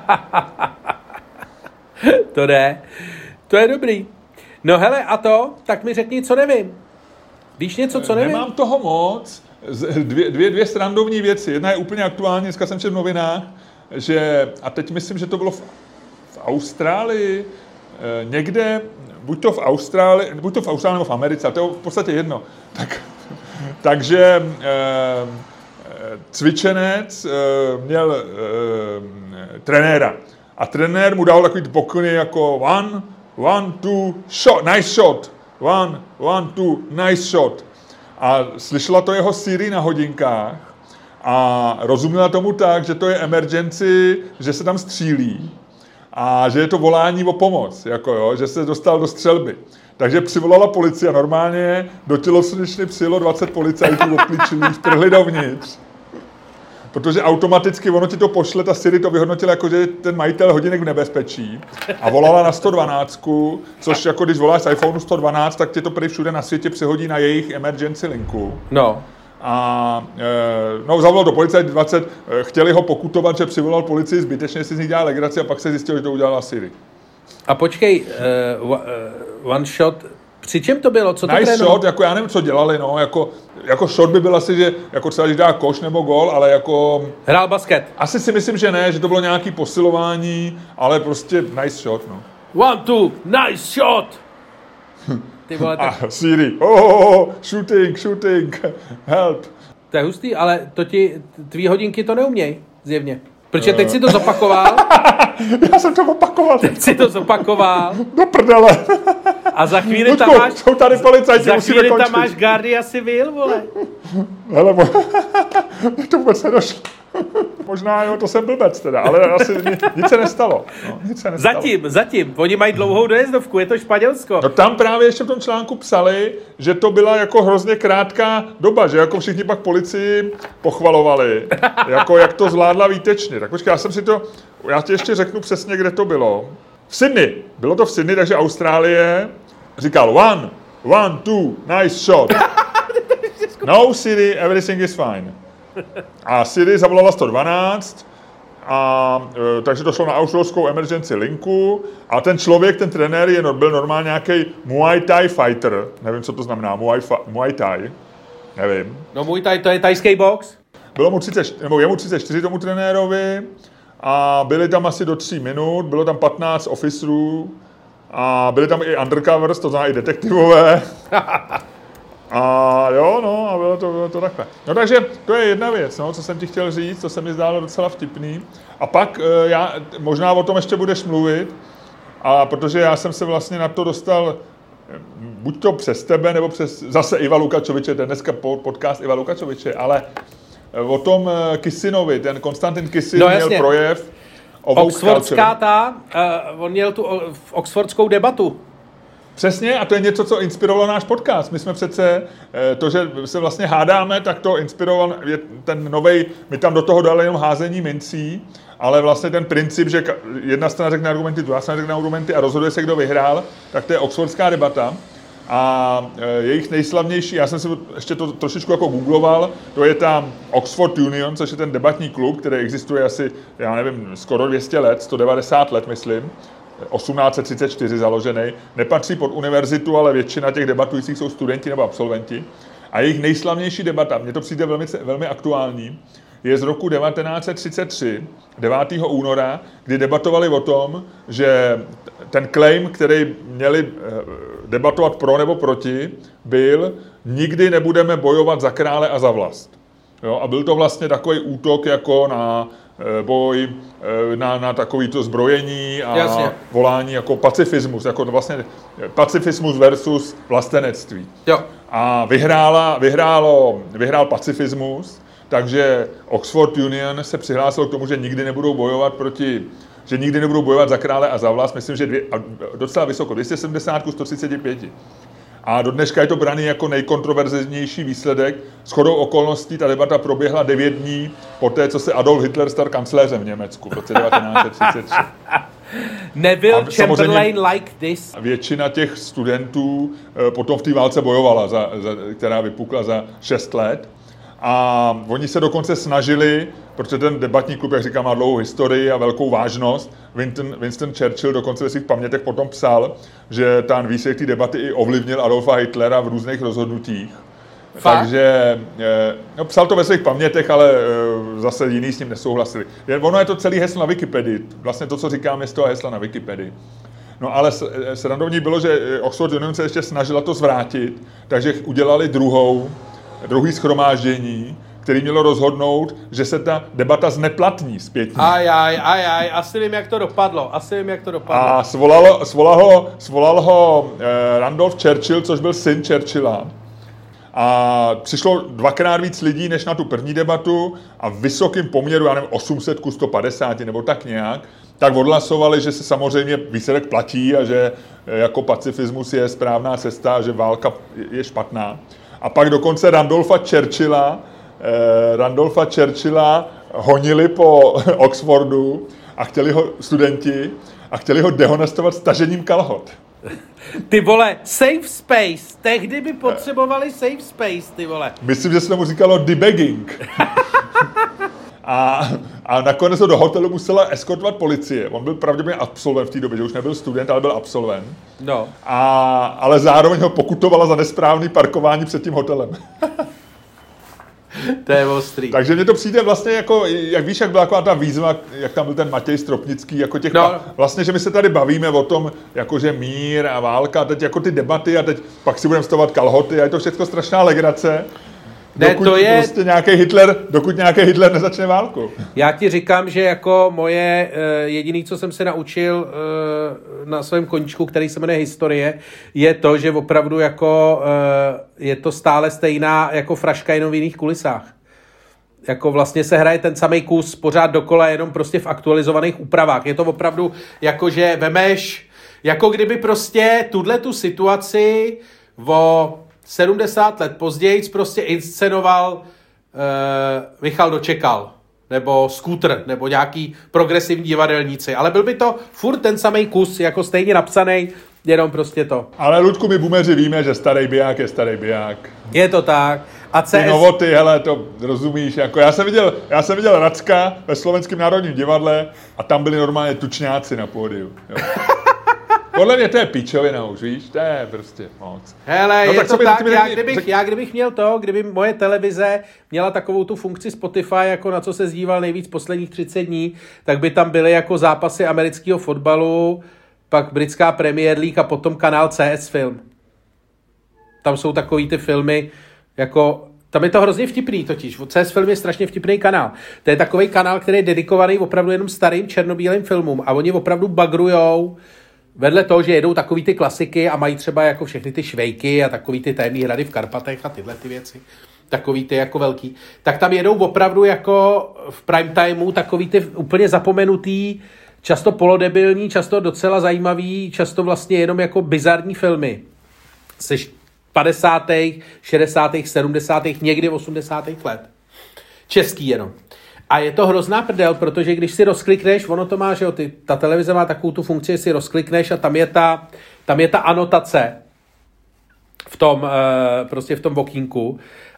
To ne. To je dobrý. No hele, a to? Tak mi řekni, co nevím. Víš něco, co nevím? Nemám toho moc. Dvě, dvě, dvě srandovní věci. Jedna je úplně aktuální, dneska jsem četl v novinách, že, a teď myslím, že to bylo v, v Austrálii, eh, někde, buď to v Austrálii, buď to v Austrálii nebo v Americe, a to je v podstatě jedno. Tak, takže eh, cvičenec eh, měl eh, trenéra a trenér mu dal takový pokyny jako one, one, two, shot, nice shot. One, one, two, nice shot. A slyšela to jeho Siri na hodinkách a rozuměla tomu tak, že to je emergency, že se tam střílí a že je to volání o pomoc, jako jo, že se dostal do střelby. Takže přivolala policie a normálně do tělocvičny přijelo dvacet policajtů obklíčených, vtrhli dovnitř. Protože automaticky ono ti to pošle, ta Siri to vyhodnotila jako, že je ten majitel hodinek v nebezpečí a volala na sto dvanáct, což jako když voláš z iPhoneu sto dvanáct, tak ti to prý všude na světě přehodí na jejich emergency linku. No. A e, no, zavolal do policajt dvacet, e, chtěli ho pokutovat, že přivolal policii zbytečně, si z nich dělal legraci a pak se zjistilo, že to udělala Siri. A počkej, uh, uh, one shot, při čem to bylo? Co to nice trénoval? shot, jako já nevím, co dělali, no, jako, jako shot by byl asi, že jako třeba, když dá koš nebo gól, ale jako... Hrál basket. Asi si myslím, že ne, že to bylo nějaký posilování, ale prostě nice shot, no. One, two, nice shot! Ty vole, tak... A Siri, oh, oh, oh, shooting, shooting, help. To je hustý, ale to ti, tvý hodinky to neuměj, zjevně. Protože teď si to zopakoval. Já jsem to opakoval. Teď si to zopakoval. Do prdele. A za chvíli Ludku, tam máš... jsou tady policajti, za musíme chvíli končit. tam máš Guardia Civil, vole. Hele, mo... mě to vůbec nedošlo. Možná, jo, to jsem blbec teda, ale asi nic se nestalo. No, nic se nestalo. Zatím, zatím. Oni mají dlouhou dojezdovku, je to Španělsko. No tam právě ještě v tom článku psali, že to byla jako hrozně krátká doba, že jako všichni pak policii pochvalovali, jako jak to zvládla výtečně. Tak počkej, já jsem si to, já ti ještě řeknu přesně, kde to bylo. V Sydney. Bylo to v Sydney, takže Austrálie. Říkal one, one, two, nice shot. No, Siri, everything is fine. A Siri zavolala sto dvanáct, a, e, takže to šlo na australskou emergency linku a ten člověk, ten trenér, je, byl normálně nějaký Muay Thai fighter. Nevím, co to znamená, Muay, Muay Thai. Nevím. No Muay Thai, to je thajský box. Bylo mu třicet, nebo je mu třicet čtyři tomu trenérovi a byli tam asi do tří minut, bylo tam patnáct officerů a byli tam i undercovers, to znamená i detektivové. A jo, no, a bylo to, bylo to takhle. No takže to je jedna věc, no, co jsem ti chtěl říct, to se mi zdálo docela vtipný. A pak já, možná o tom ještě budeš mluvit, a protože já jsem se vlastně na to dostal buď to přes tebe, nebo přes zase Iva Lukačoviče, ten dneska podcast Iva Lukačoviče, ale o tom Kissinovi, ten Konstantin Kissin no, měl projev o Oxfordská ta, uh, on měl tu uh, oxfordskou debatu. Přesně, a to je něco, co inspirovalo náš podcast. My jsme přece, to, že se vlastně hádáme, tak to inspiroval ten novej, my tam do toho dali jenom házení mincí, ale vlastně ten princip, že jedna strana řekne argumenty, druhá strana řekne argumenty a rozhoduje se, kdo vyhrál, tak to je oxfordská debata. A jejich nejslavnější, já jsem si ještě to trošičku jako googloval, to je tam Oxford Union, což je ten debatní klub, který existuje asi, já nevím, skoro dvě stě let, sto devadesát let, myslím. osmnáct set třicet čtyři založený, nepatří pod univerzitu, ale většina těch debatujících jsou studenti nebo absolventi. A jejich nejslavnější debata, mně to přijde velmi, velmi aktuální, je z roku devatenáct set třicet tři, devátého února, kdy debatovali o tom, že ten claim, který měli debatovat pro nebo proti, byl nikdy nebudeme bojovat za krále a za vlast. Jo, a byl to vlastně takový útok jako na boj, na, na takovýto zbrojení a Jasně. volání jako pacifismus, jako vlastně pacifismus versus vlastenectví. Jo. A vyhrála, vyhrálo, vyhrál pacifismus, takže Oxford Union se přihlásil k tomu, že nikdy nebudou bojovat proti, že nikdy nebudou bojovat za krále a za vlast, myslím, že dvě, docela vysoko, dvě stě sedmdesát ku sto třiceti pěti. A do dneška je to braný jako nejkontroverznější výsledek. Shodou okolností ta debata proběhla devět dní poté, co se Adolf Hitler stal kancléřem v Německu v roce devatenáct set třicet tři. Neville Chamberlain like this. Většina těch studentů potom v té válce bojovala, za, za, která vypukla za šest let. A oni se dokonce snažili, protože ten debatní klub, jak říkám, má dlouhou historii a velkou vážnost. Winston, Winston Churchill dokonce ve svých pamětech potom psal, že ten výsledek té debaty i ovlivnil Adolfa Hitlera v různých rozhodnutích. Fakt? Takže no, psal to ve svých pamětech, ale zase jiný s ním nesouhlasili. Ono je to celý heslo na Wikipedii. Vlastně to, co říkám, je z toho hesla na Wikipedii. No ale srandovní bylo, že Oxford Union se ještě snažila to zvrátit, takže udělali druhou druhý shromáždění, který mělo rozhodnout, že se ta debata zneplatní zpětně. Aj, aj, aj, aj, asi vím, jak to dopadlo, asi vím, jak to dopadlo. A svolalo, svolal ho, svolal ho eh, Randolph Churchill, což byl syn Churchilla. A přišlo dvakrát víc lidí, než na tu první debatu a v vysokém poměru, já nevím, osm set ku sto padesáti nebo tak nějak, tak odhlasovali, že se samozřejmě výsledek platí a že jako pacifismus je správná cesta a že válka je špatná. A pak dokonce Randolfa Churchilla, eh, Randolfa Churchilla honili po Oxfordu a chtěli ho studenti a chtěli ho dehonestovat stažením kalhot. Ty vole, safe space. Tehdy by potřebovali safe space, ty vole. Myslím, že se tomu říkalo debagging. A, a nakonec ho do hotelu musela eskortovat policie. On byl pravděpodobně absolvent v té době, že už nebyl student, ale byl absolvent. No. A, ale zároveň ho pokutovala za nesprávný parkování před tím hotelem. To je ostrý. Takže mně to přijde vlastně jako, jak víš, jak byla taková ta výzva, jak tam byl ten Matěj Stropnický, jako těch, no. Vlastně, že my se tady bavíme o tom, jakože mír a válka, a teď jako ty debaty a teď pak si budeme stovat kalhoty a je to všechno strašná legrace. Ne, dokud to je... prostě nějaký Hitler, dokud nějaký Hitler nezačne válku. Já ti říkám, že jako moje uh, jediný, co jsem se naučil uh, na svém koníčku, který se jmenuje historie, je to, že opravdu jako uh, je to stále stejná jako fraška jenom v jiných kulisách. Jako vlastně se hraje ten samý kus pořád dokola, jenom prostě v aktualizovaných úpravách. Je to opravdu jako, že vemeš, jako kdyby prostě tuhletu situaci o sedmdesát let později prostě inscenoval uh, Michal Dočekal, nebo Scooter, nebo nějaký progresivní divadelníci. Ale byl by to furt ten samý kus, jako stejně napsaný, jenom prostě to. Ale Ludku, my bumeři víme, že starý biják je starý biják. Je to tak. A C S... Ty novoty, hele, to rozumíš. Jako já jsem viděl, já jsem viděl Racka ve Slovenském národním divadle a tam byli normálně tučňáci na pódiu. Jo. Podle mě to je píčovina už, víš, to je prostě moc. Hele, no, je tak to tak, já, řekni, kdybych, řek... já kdybych měl to, kdyby moje televize měla takovou tu funkci Spotify, jako na co se zdíval nejvíc posledních třicet dní, tak by tam byly jako zápasy amerického fotbalu, pak britská Premier League a potom kanál C S Film. Tam jsou takový ty filmy, jako... Tam je to hrozně vtipný totiž. C S Film je strašně vtipný kanál. To je takový kanál, který je dedikovaný opravdu jenom starým černobílým filmům a oni opravdu bagrujou vedle toho, že jedou takový ty klasiky a mají třeba jako všechny ty švejky a takový ty tajemný hrady v Karpatech a tyhle ty věci, takový ty jako velký, tak tam jedou opravdu jako v prime timeu takový ty úplně zapomenutý, často polodebilní, často docela zajímavý, často vlastně jenom jako bizarní filmy. Se padesátých, šedesátých, sedmdesátých, někdy osmdesátých let. Český jenom. A je to hrozná prdel, protože když si rozklikneš, ono to má, že jo, ty, ta televize má takovou tu funkci, že si rozklikneš a tam je ta, tam je ta anotace v tom, uh, prostě v tom okýnku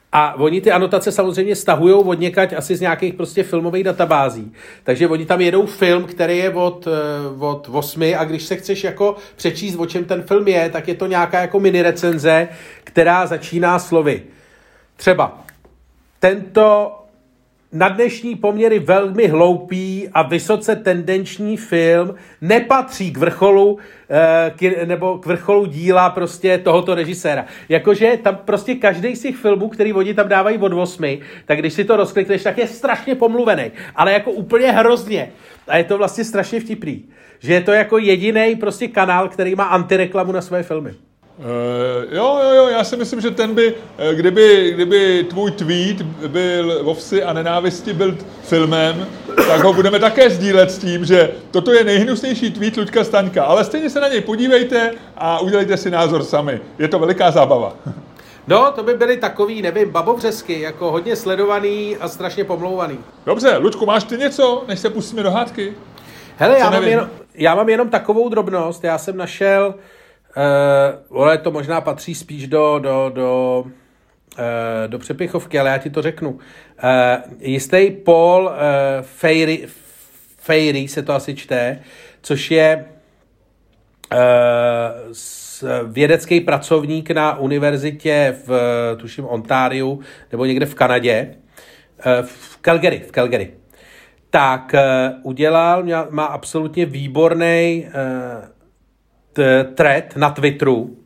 A oni ty anotace samozřejmě stahujou od někať asi z nějakých prostě filmových databází. Takže oni tam jedou film, který je od, od osmi a když se chceš jako přečíst, o čem ten film je, tak je to nějaká jako mini recenze, která začíná slovy. Třeba tento na dnešní poměry velmi hloupý a vysoce tendenční film nepatří k vrcholu k, nebo k vrcholu díla prostě tohoto režiséra. Jakože tam prostě každý z těch filmů, který oni tam dávají od osmi, tak když si to rozklikneš, tak je strašně pomluvený, ale jako úplně hrozně. A je to vlastně strašně vtipný. Že je to jako jediný prostě kanál, který má antireklamu na své filmy. Uh, jo, jo, jo, já si myslím, že ten by, kdyby, kdyby tvůj tweet byl o vsi a nenávisti byl filmem, tak ho budeme také sdílet s tím, že toto je nejhnusnější tweet Luďka Staňka, ale stejně se na něj podívejte a udělejte si názor sami. Je to veliká zábava. No, to by byly takový, nevím, babovřesky, jako hodně sledovaný a strašně pomlouvaný. Dobře, Luďku, máš ty něco, než se pustíme do hádky? Hele, já mám, jenom, já mám jenom takovou drobnost, já jsem našel... Uh, ale to možná patří spíš do, do, do, uh, do přepichovky, ale já ti to řeknu. Uh, jistý Paul uh, Fairy, Fairy se to asi čte, což je uh, vědecký pracovník na univerzitě v, tuším, Ontáriu, nebo někde v Kanadě, uh, v Calgary, v Calgary. Tak uh, udělal, má absolutně výborný uh, thread na Twitteru. Uh,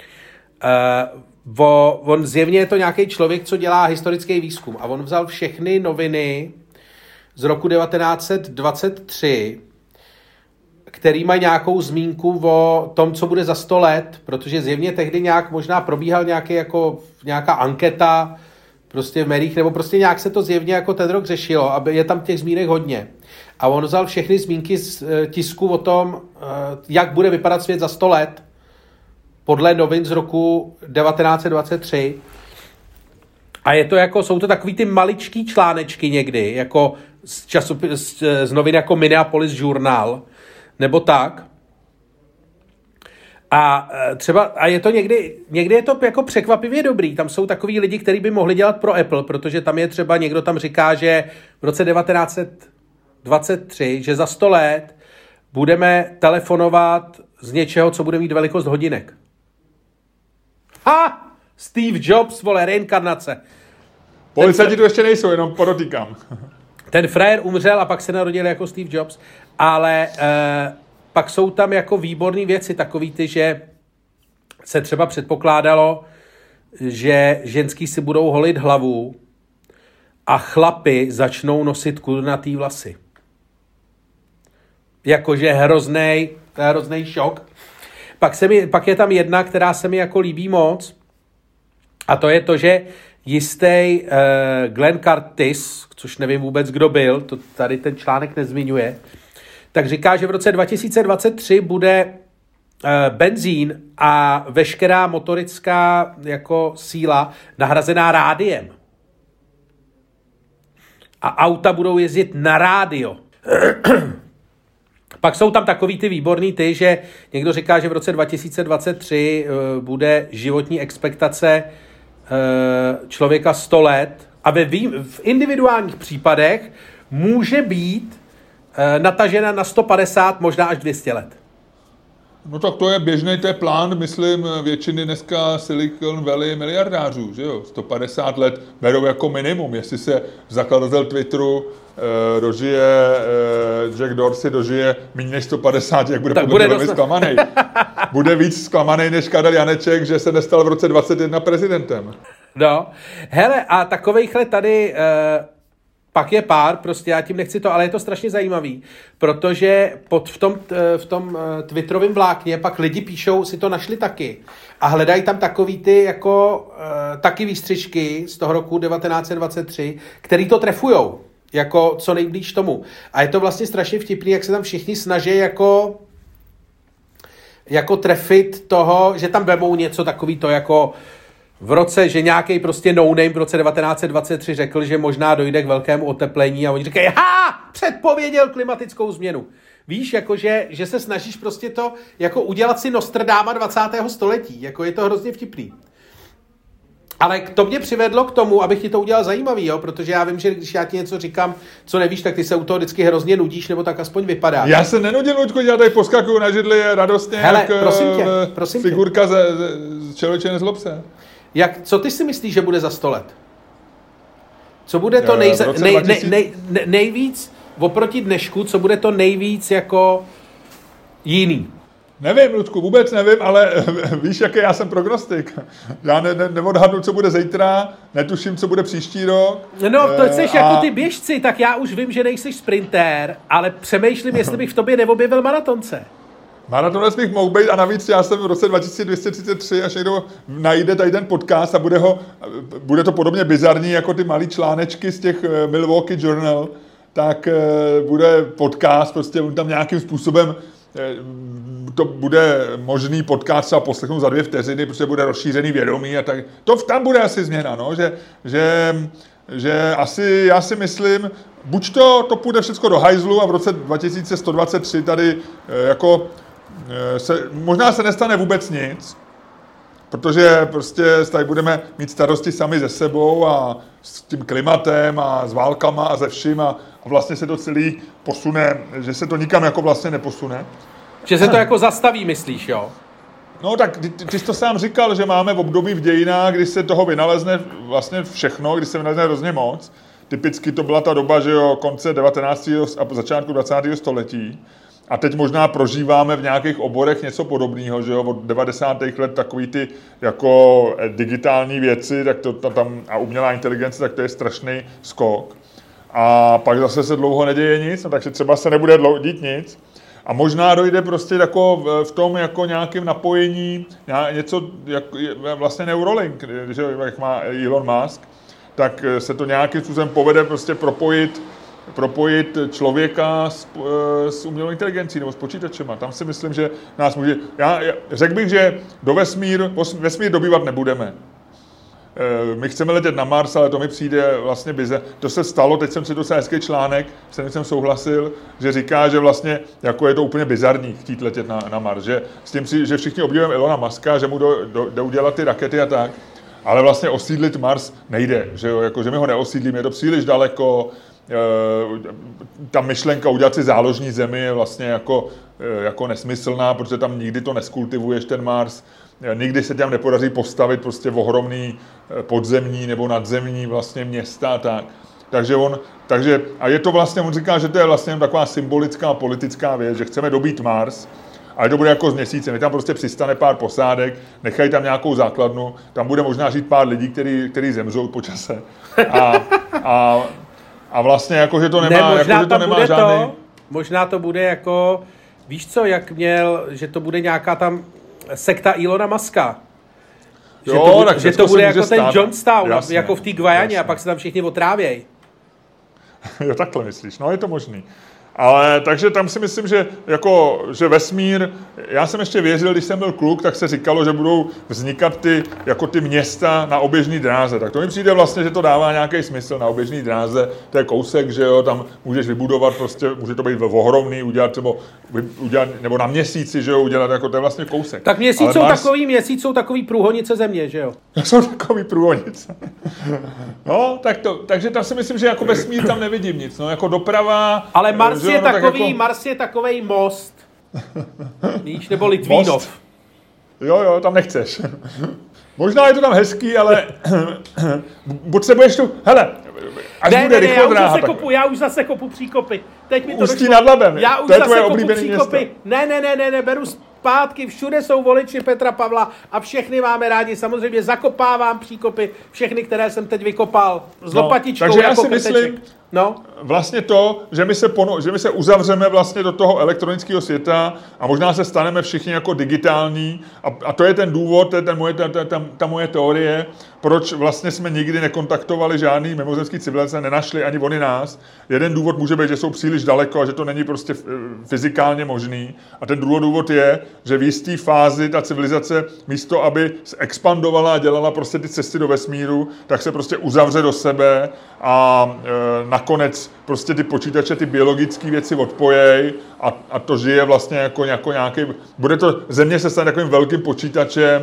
vo, on zjevně je to nějaký člověk, co dělá historický výzkum. A on vzal všechny noviny z roku devatenáct set dvacet tři, který mají nějakou zmínku o tom, co bude za sto let, protože zjevně tehdy nějak možná probíhal nějaký jako, nějaká anketa prostě v médiích, nebo prostě nějak se to zjevně jako ten rok řešilo, aby je tam těch zmínek hodně. A on vzal všechny zmínky z tisku o tom, jak bude vypadat svět za sto let, podle novin z roku devatenáct set dvacet tři. A je to jako, jsou to takový ty maličký článečky někdy, jako z, časopis, z, z novin jako Minneapolis Journal, nebo tak. A třeba, a je to někdy, někdy je to jako překvapivě dobrý. Tam jsou takový lidi, kteří by mohli dělat pro Apple, protože tam je třeba, někdo tam říká, že v roce devatenáct set dvacet tři, že za sto let budeme telefonovat z něčeho, co bude mít velikost hodinek. Ha! Steve Jobs, vole, reinkarnace. Policajti tu ještě nejsou, jenom podotýkám. Ten frajer umřel a pak se narodil jako Steve Jobs, ale eh, pak jsou tam jako výborné věci, takový ty, že se třeba předpokládalo, že ženský si budou holit hlavu a chlapi začnou nosit kudrnatý vlasy. Jakože hroznej, hroznej šok. Pak, se mi, pak je tam jedna, která se mi jako líbí moc, a to je to, že jistý uh, Glenn Curtis, což nevím vůbec, kdo byl, to tady ten článek nezmiňuje, tak říká, že v roce dva tisíce dvacet tři bude uh, benzín a veškerá motorická jako síla nahrazená rádiem. A auta budou jezdit na rádio. Pak jsou tam takový ty výborný ty, že někdo říká, že v roce dva tisíce dvacet tři uh, bude životní expektace uh, člověka sto let a ve vý, v individuálních případech může být uh, natažena na sto padesát, možná až dvě stě let. No tak to je běžný, to je plán, myslím, většiny dneska Silicon Valley miliardářů, že jo? sto padesát let berou jako minimum, jestli se zakladatel Twitteru eh, dožije, eh, Jack Dorsey dožije méně než sto padesát, jak bude tak podle bude velmi dost... zklamanej. Bude víc zklamanej než Karel Janeček, že se nestal v roce dvacet jedna prezidentem. No, hele, a takovejhle tady... Eh... Pak je pár, prostě já tím nechci to, ale je to strašně zajímavý, protože pod, v tom, v tom twitterovém vlákně pak lidi píšou, si to našli taky a hledají tam takový ty jako uh, taky výstřižky z toho roku devatenáct set dvacet tři, který to trefujou, jako co nejblíž tomu. A je to vlastně strašně vtipný, jak se tam všichni snaží jako jako trefit toho, že tam vemou něco takový to jako v roce, že nějaký prostě no-name v roce devatenáct set dvacet tři řekl, že možná dojde k velkému oteplení a oni říkají, ha, předpověděl klimatickou změnu. Víš, jakože, že se snažíš prostě to jako udělat si Nostrdáma dvacátého století. Jako je to hrozně vtipný. Ale to mě přivedlo k tomu, abych ti to udělal zajímavý, jo? Protože já vím, že když já ti něco říkám, co nevíš, tak ty se u toho vždycky hrozně nudíš, nebo tak aspoň vypadá. Já se nenudil, Luďko, já tady poskakuju na židli radostně, hele, jak prosím tě, prosím figurka tě. ze, ze Člověče nezlob se. Jak, co ty si myslíš, že bude za sto let? Co bude to nejza, nej, nej, nej, nej, nejvíc oproti dnešku, co bude to nejvíc jako jiný? Nevím, Ludku, vůbec nevím, ale víš, jaký já jsem prognostik. Já ne, ne, neodhadnu, co bude zítra, netuším, co bude příští rok. No, to jsi a... jako ty běžci, tak já už vím, že nejsi sprintér, ale přemýšlím, jestli bych v tobě neobjevil maratonce. Maratonec bych mohl být a navíc já jsem v roce dva tisíce dvě stě třicet tři, až někdo najde tady ten podcast a bude, ho, bude to podobně bizarní jako ty malý článečky z těch Milwaukee Journal, tak bude podcast, prostě on tam nějakým způsobem to bude možný podcast a poslechnout za dvě vteřiny, protože bude rozšířený vědomí a tak. To tam bude asi změna, no, že, že, že asi, já si myslím, buď to, to půjde všechno do hajzlu a v roce dva tisíce sto dvacet tři tady jako se, možná se nestane vůbec nic, protože prostě tady budeme mít starosti sami se sebou a s tím klimatem a s válkama a ze vším a, a vlastně se to celý posune, že se to nikam jako vlastně neposune. Že se to jako zastaví, myslíš, jo? No tak ty, ty jsi to sám říkal, že máme v období v dějinách, kdy se toho vynalezne vlastně všechno, kdy se vynalezne hrozně moc. Typicky to byla ta doba, že jo, konce devatenáctého a začátku dvacátého století. A teď možná prožíváme v nějakých oborech něco podobného, že jo, od devadesátých let takový ty jako digitální věci, tak to, to tam, a umělá inteligence, tak to je strašný skok. A pak zase se dlouho neděje nic, no, takže třeba se nebude dít nic. A možná dojde prostě jako v tom jako nějakým napojení, něco, jak vlastně Neuralink, že, jak má Elon Musk, tak se to nějakým způsobem povede prostě propojit propojit člověka s, s umělou inteligencí nebo s počítačema. Tam si myslím, že nás může... Já, já řekl bych, že do vesmír, vesmír dobývat nebudeme. My chceme letět na Mars, ale to mi přijde vlastně bize. To se stalo, teď jsem si docela hezký článek, s kterým jsem souhlasil, že říká, že vlastně jako je to úplně bizarní chtít letět na, na Mars. Že, s tím si, že všichni obdivujeme Elona Muska, že mu jde udělat ty rakety a tak, ale vlastně osídlit Mars nejde. Že, jo? Jako, že my ho neosídlíme, je to příliš daleko. Ta myšlenka udělat si záložní zemi je vlastně jako, jako nesmyslná, protože tam nikdy to neskultivuješ, ten Mars. Nikdy se tam nepodaří postavit prostě ohromný podzemní nebo nadzemní vlastně města a tak. Takže on, takže, a je to vlastně, on říká, že to je vlastně taková symbolická politická věc, že chceme dobít Mars, ale to bude jako z měsíce. My tam prostě přistane pár posádek, nechají tam nějakou základnu, tam bude možná žít pár lidí, který, který zemřou po čase. A, a A vlastně jako, že to nemá, ne, jako, že to nemá žádný... To, možná to bude jako, víš co, jak měl, že to bude nějaká tam sekta Elona Muska. Že jo, to bude, tak že to bude jako stát. ten Johnstown, jasně, jako v té Guyaně jasně. A pak se tam všichni otrávějí. Jo, takhle myslíš, no je to možný. Ale takže tam si myslím, že, jako, že vesmír, já jsem ještě věřil, když jsem byl kluk, tak se říkalo, že budou vznikat ty, jako ty města na oběžné dráze. Tak to mi přijde vlastně, že to dává nějaký smysl na oběžné dráze. To je kousek, že jo, tam můžeš vybudovat, prostě může to být ohromný, udělat třeba, udělat, nebo na měsíci, že jo, udělat, jako to je vlastně kousek. Tak měsíc jsou Mars... takový, měsíc jsou takový průhonice země, že jo? Jsou takový průhonice. No, tak to, takže tam si myslím, že jako vesmír tam nevidím nic, no, jako doprava... Ale Mars je no, takový, jako... Mars je takovej most. Víš, nebo Litvínov. Most. Jo, jo, tam nechceš. Možná je to tam hezký, ale potřebuješ tu, hele, až ne, bude ne, ne, já už dráha, zase tak... kopu, já už zase kopu příkopy. Teď mi to Ústí došlo. nad Labem, já už to je zase tvoje kopu oblíbené příkopy. město. Ne, ne, ne, ne, ne, beru zpátky, všude jsou voliči Petra Pavla a všechny máme rádi. Samozřejmě zakopávám příkopy, všechny, které jsem teď vykopal s no, lopatičkou takže jako já si krteček. myslím, no. vlastně to, že my, se pono, že my se uzavřeme vlastně do toho elektronického světa a možná se staneme všichni jako digitální a, a to je ten důvod, to je ten moje, ta, ta, ta, ta moje teorie, proč vlastně jsme nikdy nekontaktovali žádný mimozemský civilizace, nenašli ani oni nás. Jeden důvod může být, že jsou příliš daleko a že to není prostě fyzikálně možný. A ten druhý důvod je, že v jisté fázi ta civilizace místo, aby expandovala a dělala prostě ty cesty do vesmíru, tak se prostě uzavře do sebe a e, nakonec prostě ty počítače, ty biologické věci odpojej a, a to žije vlastně jako, jako nějaký... Bude to, země se stane takovým velkým počítačem,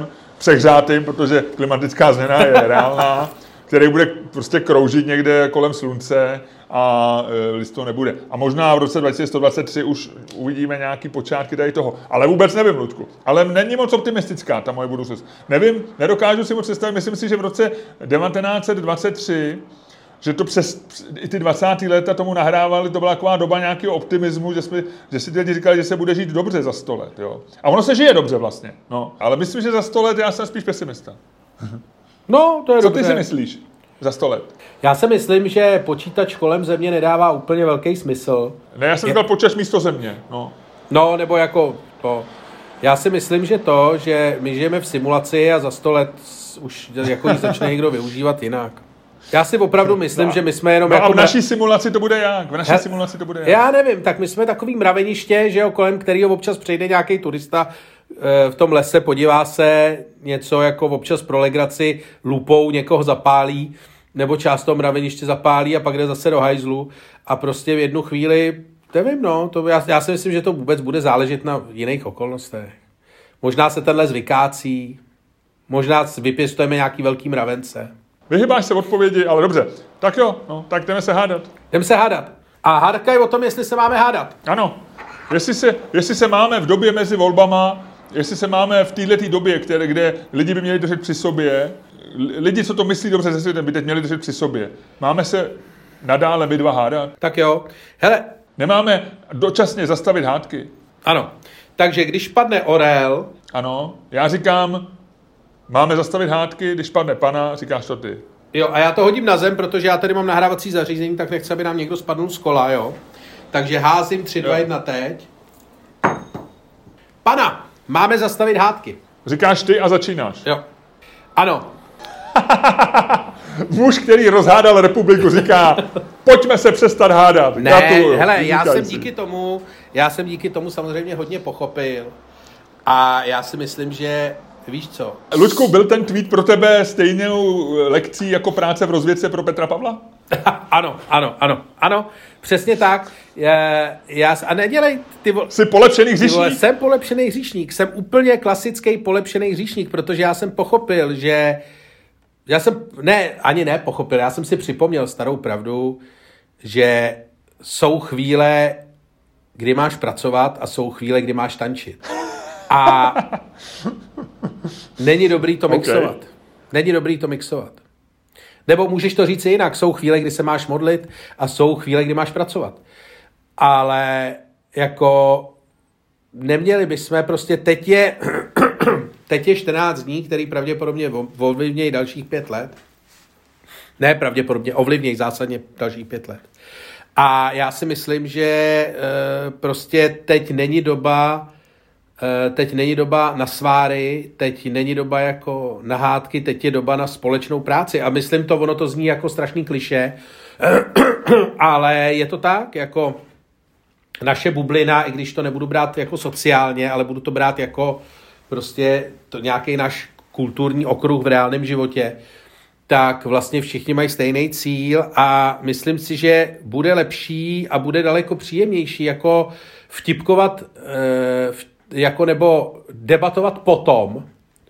přehřátým, protože klimatická změna je reálná, který bude prostě kroužit někde kolem slunce a e, list to nebude. A možná v roce dva tisíce sto dvacet tři už uvidíme nějaký počátky tady toho. Ale vůbec nevím, Ludku. Ale není moc optimistická ta moje budoucnost. Nevím, nedokážu si moc představit, myslím si, že v roce devatenáct set dvacet tři, že to přes i ty dvacátá léta tomu nahrávali, to byla taková doba nějakého optimismu, že, jsme, že si lidi říkali, že se bude žít dobře za sto let. Jo? A ono se žije dobře vlastně. No. Ale myslím, že za sto let já jsem spíš pesimista. No, to je Co dobře. ty si myslíš za sto let? Já si myslím, že počítač kolem země nedává úplně velký smysl. Ne, já jsem říkal počítač místo země. No. No, nebo jako to. Já si myslím, že to, že my žijeme v simulaci a za sto let už jako ji začne někdo využívat jinak. Já si opravdu myslím, no. že my jsme jenom no jako... a v naší simulaci to bude jak? V naší já, simulaci to bude jak? Já nevím, tak my jsme takový mraveniště, že jo, kolem kterého občas přejde nějaký turista e, v tom lese, podívá se, něco jako občas pro legraci lupou někoho zapálí, nebo část toho mraveniště zapálí a pak jde zase do hajzlu a prostě v jednu chvíli, nevím, no, to, já, já si myslím, že to vůbec bude záležet na jiných okolnostech. Možná se ten les vykácí, možná vypěstujeme nějaký velký mravence. Vyhybáš se odpovědi, ale dobře. Tak jo, no, tak jdeme se hádat. Jdeme se hádat. A hádka je o tom, jestli se máme hádat. Ano. Jestli se, jestli se máme v době mezi volbama, jestli se máme v této době, které, kde lidi by měli držet při sobě, lidi, co to myslí dobře se světem, by teď měli držet při sobě. Máme se nadále my dva hádat? Tak jo. Hele. Nemáme dočasně zastavit hádky? Ano. Takže když padne orel... Ano. Já říkám... Máme zastavit hádky, když padne pana, říkáš to ty. Jo, a já to hodím na zem, protože já tady mám nahrávací zařízení, tak nechci, aby nám někdo spadnul z kola, jo. Takže házím tři, dva, jedna teď. Pana, máme zastavit hádky. Říkáš ty a začínáš. Jo. Ano. Muž, který rozhádal republiku, říká, pojďme se přestat hádat. Ne, Gratuluju. hele, já jsem si. díky tomu, já jsem díky tomu samozřejmě hodně pochopil. A já si myslím, že víš co? Luďku, byl ten tweet pro tebe stejnou lekcí jako práce v rozvědce pro Petra Pavla? Ano, ano, ano, ano, přesně tak. Já, já, a nedělej, ty vole. Jsi polepšený hříšník? Jsem polepšený hříšník, jsem úplně klasický polepšený hříšník, protože já jsem pochopil, že já jsem, ne, ani ne pochopil, já jsem si připomněl starou pravdu, že jsou chvíle, kdy máš pracovat a jsou chvíle, kdy máš tančit. A není dobrý to mixovat. Okay. Není dobrý to mixovat. Nebo můžeš to říct jinak. Jsou chvíle, kdy se máš modlit a jsou chvíle, kdy máš pracovat. Ale jako neměli bychom prostě teď je teď je čtrnáct dní, který pravděpodobně ovlivnějí dalších pět let. Ne pravděpodobně, ovlivnějí zásadně dalších pět let. A já si myslím, že e, prostě teď není doba Teď není doba na sváry, teď není doba jako na hádky, teď je doba na společnou práci. A myslím to, ono to zní jako strašný klišé, ale je to tak, jako naše bublina, i když to nebudu brát jako sociálně, ale budu to brát jako prostě to nějaký náš kulturní okruh v reálném životě, tak vlastně všichni mají stejný cíl a myslím si, že bude lepší a bude daleko příjemnější jako vtipkovat eh, jako nebo debatovat potom,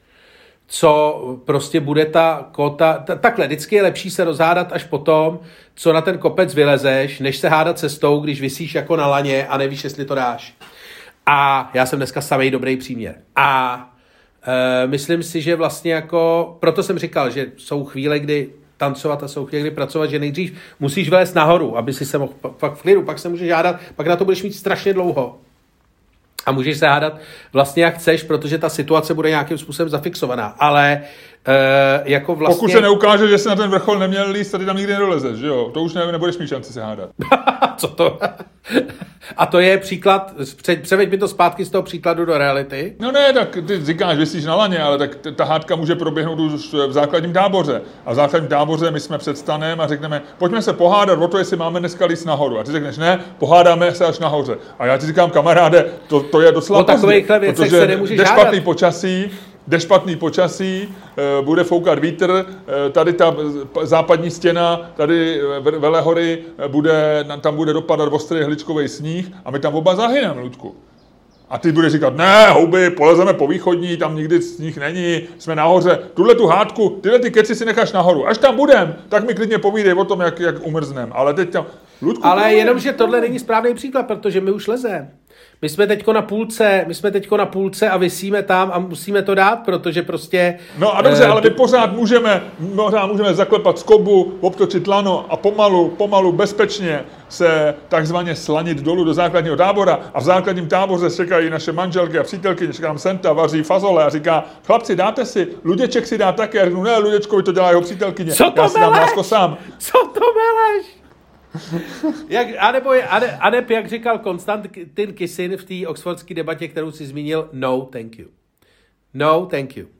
co prostě bude ta kota, t- takhle, vždycky je lepší se rozhádat až potom, co na ten kopec vylezeš, než se hádat cestou, když visíš jako na laně a nevíš, jestli to dáš. A já jsem dneska samej dobrý příměr. A e, myslím si, že vlastně jako, proto jsem říkal, že jsou chvíle, kdy tancovat a jsou chvíle, kdy pracovat, že nejdřív musíš vylézt nahoru, aby si se mohl pak v klidu, pak se můžeš hádat, pak na to budeš mít strašně dlouho. A můžeš se hádat vlastně jak chceš, protože ta situace bude nějakým způsobem zafixovaná. Ale e, jako vlastně... Pokud se neukáže, že jsi na ten vrchol neměl líst, tady tam nikdy nedolezeš, že jo? To už ne, nebudeš mít šanci se hádat. Co to? A to je příklad, převeď mi to zpátky z toho příkladu do reality. No ne, tak ty říkáš, že jsi na laně, ale tak ta hádka může proběhnout už v základním táboře. A v základním táboře my jsme před stanem a řekneme, pojďme se pohádat o to, jestli máme dneska líst nahoru. A ty řekneš, ne, pohádáme se až nahoře. A já ti říkám, kamaráde, to, to je docela o takovýchhle věcech se nemůžeš hádat. Špatný počasí, jde špatný počasí, bude foukat vítr, tady ta západní stěna, tady Velehory, bude, tam bude dopadat ostrý hličkový sníh a my tam oba zahyneme, Ludku. A ty budeš říkat, ne, houby, polezeme po východní, tam nikdy sníh není, jsme nahoře. Tuhle tu hádku, tyhle ty keci si necháš nahoru. Až tam budem, tak mi klidně povídej o tom, jak, jak umrznem. Ale teď tam... Ludku, ale jenom, že tohle není správný příklad, protože my už lezeme. My jsme teďko na půlce, my jsme teďko na půlce a visíme tam a musíme to dát, protože prostě... No a dobře, eh, ale my pořád můžeme, pořád můžeme zaklepat skobu, obtočit lano a pomalu, pomalu, bezpečně se takzvaně slanit dolů do základního tábora a v základním táboře čekají naše manželky a přítelky, čeká nám Senta, vaří fazole a říká, chlapci, dáte si, Luděček si dá také. Já řeknu, ne, Luděčkovi to dělá jeho přítelkyně. Co to já si dám lásko sám. Co to meleš? Jak, anebo je, ane, aneb, jak říkal Konstantin Kisin v té oxfordské debatě, kterou si zmínil, no, thank you. No, thank you.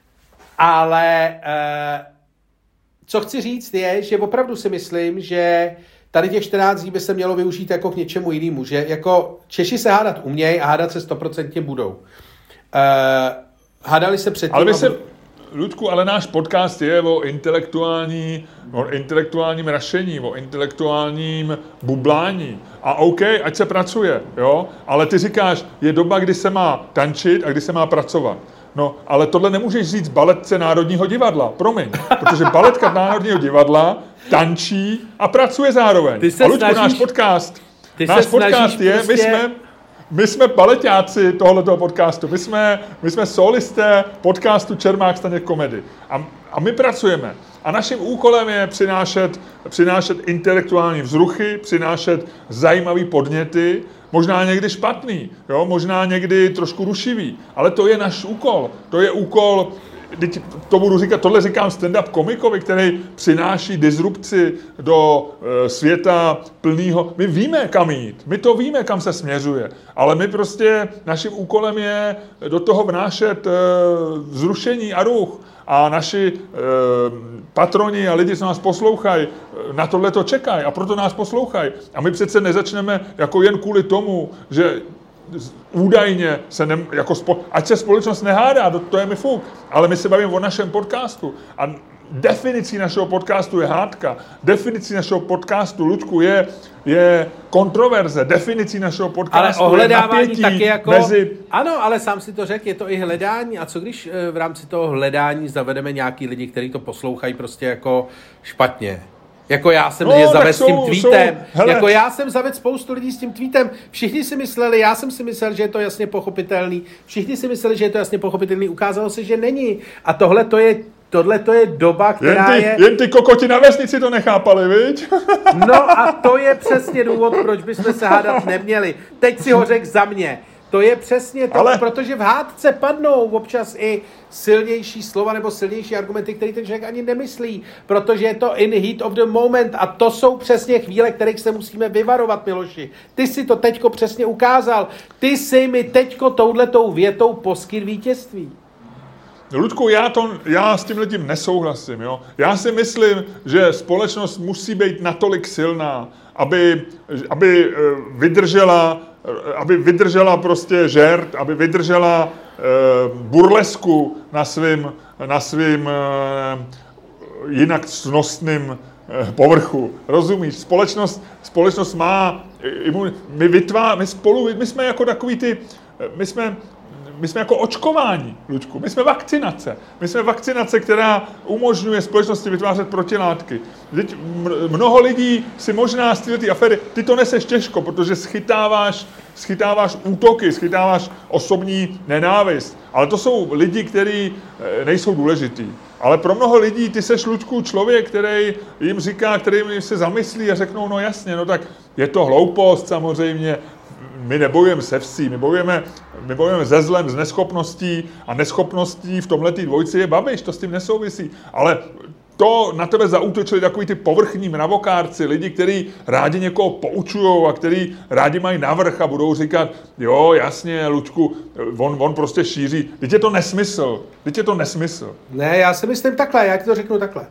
Ale uh, co chci říct je, že opravdu si myslím, že tady těch čtrnáct dní by se mělo využít jako k něčemu jinému, že jako Češi se hádat umějí a hádat se stoprocentně budou. Uh, hádali se předtím... Ale by se... Ludku, ale náš podcast je o intelektuální, o intelektuálním rašení, o intelektuálním bublání. A OK, ať se pracuje, jo? Ale ty říkáš, je doba, kdy se má tančit a kdy se má pracovat. No, ale tohle nemůžeš říct baletce Národního divadla, promiň, protože baletka Národního divadla tančí a pracuje zároveň. A Ludku, snažíš, náš podcast, náš podcast je, prostě... my jsme... My jsme baleťáci tohoto podcastu, my jsme, my jsme solisté podcastu Čermák Staněk komedy. A, a my pracujeme. A naším úkolem je přinášet, přinášet intelektuální vzruchy, přinášet zajímavý podněty, možná někdy špatný, jo? Možná někdy trošku rušivý, ale to je náš úkol. To je úkol, to budu říkat, tohle říkám stand-up komikovi, který přináší disrupci do e, světa plného. My víme, kam jít, my to víme, kam se směřuje, ale my prostě, naším úkolem je do toho vnášet e, vzrušení a ruch. A naši e, patroni a lidi, co nás poslouchají, na tohle to čekají a proto nás poslouchají. A my přece nezačneme jako jen kvůli tomu, že údajně se ne, jako spo, ať se společnost nehádá, to je mi fuk, ale my se bavíme o našem podcastu a definicí našeho podcastu je hádka, definicí našeho podcastu, Luďku, je, je kontroverze, definicí našeho podcastu ale je napětí taky jako, mezi... Ano, ale sám si to řekl, je to i hledání a co když v rámci toho hledání zavedeme nějaký lidi, kteří to poslouchají prostě jako špatně? Jako já jsem no, je zavedl s tím tweetem. Jsou, jako já jsem zavedl spoustu lidí s tím tweetem. Všichni si mysleli, já jsem si myslel, že je to jasně pochopitelný. Všichni si mysleli, že je to jasně pochopitelný. Ukázalo se, že není. A tohle to je, tohle to je doba, která jen ty, je... Jen ty kokoti na vesnici to nechápali, viď? No a to je přesně důvod, proč bychom se hádat neměli. Teď si ho řek za mě. To je přesně to, ale... protože v hádce padnou občas i silnější slova nebo silnější argumenty, které ten člověk ani nemyslí, protože je to in heat of the moment a to jsou přesně chvíle, kterých se musíme vyvarovat, Miloši. Ty si to teďko přesně ukázal. Ty si mi teďko touhletou větou poskyt vítězství. Ludku, já, to, já s tímhle tím nesouhlasím. Jo? Já si myslím, že společnost musí být natolik silná, aby, aby vydržela aby vydržela prostě žert, aby vydržela e, burlesku na svým, na svým e, jinak cnostným e, povrchu. Rozumíš? Společnost, společnost má, my, vytvá, my spolu, my jsme jako takový ty, my jsme, my jsme jako očkování, Luďku, my jsme vakcinace. My jsme vakcinace, která umožňuje společnosti vytvářet protilátky. Teď mnoho lidí si možná z této aféry, ty to neseš těžko, protože schytáváš, schytáváš útoky, schytáváš osobní nenávist. Ale to jsou lidi, kteří nejsou důležitý. Ale pro mnoho lidí ty seš, Luďku, člověk, který jim říká, který jim se zamyslí a řeknou, no jasně, no tak je to hloupost samozřejmě, my nebojujeme se vsí, my bojujeme, my bojujeme se zlem, s neschopností a neschopností v tomhletý dvojci je Babiš, to s tím nesouvisí. Ale to na tebe zaútočili takový ty povrchní mravokárci, lidi, kteří rádi někoho poučujou a kteří rádi mají navrch a budou říkat, jo, jasně, Luďku, on, on prostě šíří. Teď je to nesmysl, teď je to nesmysl. Ne, já si myslím takhle, já ti to řeknu takhle.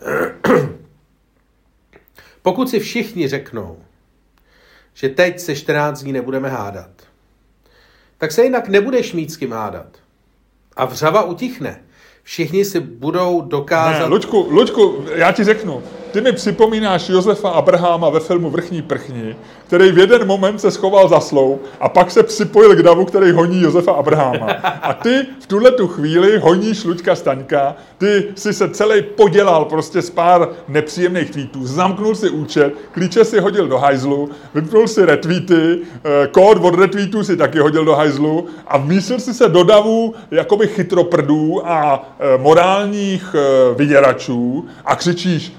Pokud si všichni řeknou, že teď se čtrnáct dní nebudeme hádat, tak se jinak nebudeš mít s kým hádat. A vřava utichne. Všichni si budou dokázat... Ne, Luďku, Luďku, já ti řeknu. ty mi připomínáš Josefa Abraháma ve filmu Vrchní prchni, který v jeden moment se schoval za sloup a pak se připojil k davu, který honí Josefa Abraháma. A ty v tuhle tu chvíli honíš Luďka Staňka, ty si se celý podělal prostě z pár nepříjemných tweetů, zamknul si účet, klíče si hodil do hajzlu, vypnul si retweety, kód od retweetů si taky hodil do hajzlu a vmísil si se do davu jakoby chytroprdů a morálních vyděračů a křičíš: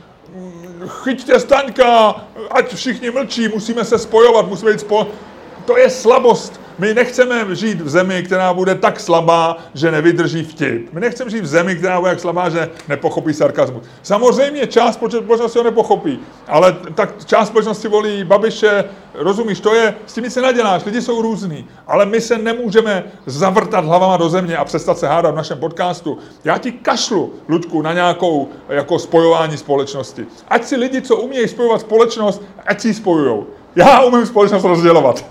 chyťte Staňka, ať všichni mlčí, musíme se spojovat, musíme jít spolu. To je slabost. My nechceme žít v zemi, která bude tak slabá, že nevydrží vtip. My nechceme žít v zemi, která bude tak slabá, že nepochopí sarkazmus. Samozřejmě část společnosti ho nepochopí, ale tak část společnosti volí Babiše, rozumíš, to je, s tím nic nenaděláš, lidi jsou různý, ale my se nemůžeme zavrtat hlavama do země a přestat se hádat v našem podcastu. Já ti kašlu, Luďku, na nějakou jako spojování společnosti. Ať si lidi, co umějí spojovat společnost, ať si ji spojujou. Já umím společnost rozdělovat.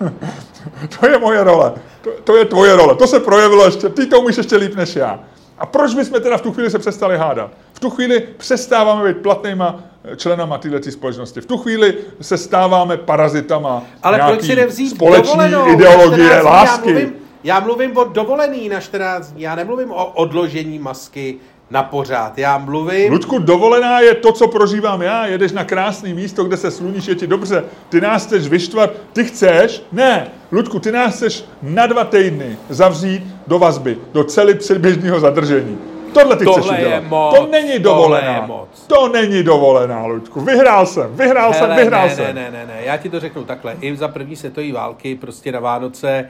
To je moje role. To, to je tvoje role. To se projevilo ještě. Ty to umíš ještě líp než já. A proč bychom teda v tu chvíli se přestali hádat? V tu chvíli přestáváme být platnýma členama této společnosti. V tu chvíli se stáváme parazitama. Ale proč si nevzít společný dovolenou, ideologie, lásky. Já mluvím, já mluvím o dovolený na čtrnáct dní. Já nemluvím o odložení masky na pořád. Já mluvím... Luďku, dovolená je to, co prožívám já. Jedeš na krásné místo, kde se sluníš, je ti dobře. Ty nás chceš vyštvat. Ty chceš? Ne. Luďku, ty nás chceš na dva týdny zavřít do vazby, do celý předběžného zadržení. Tohle ty tohle chceš udělat. Moc, to není dovolená. To není dovolená, Luďku. Vyhrál jsem, vyhrál Hele, jsem, vyhrál ne, jsem. Ne, ne, ne, ne, já ti to řeknu takhle. I za první světové války prostě na Vánoce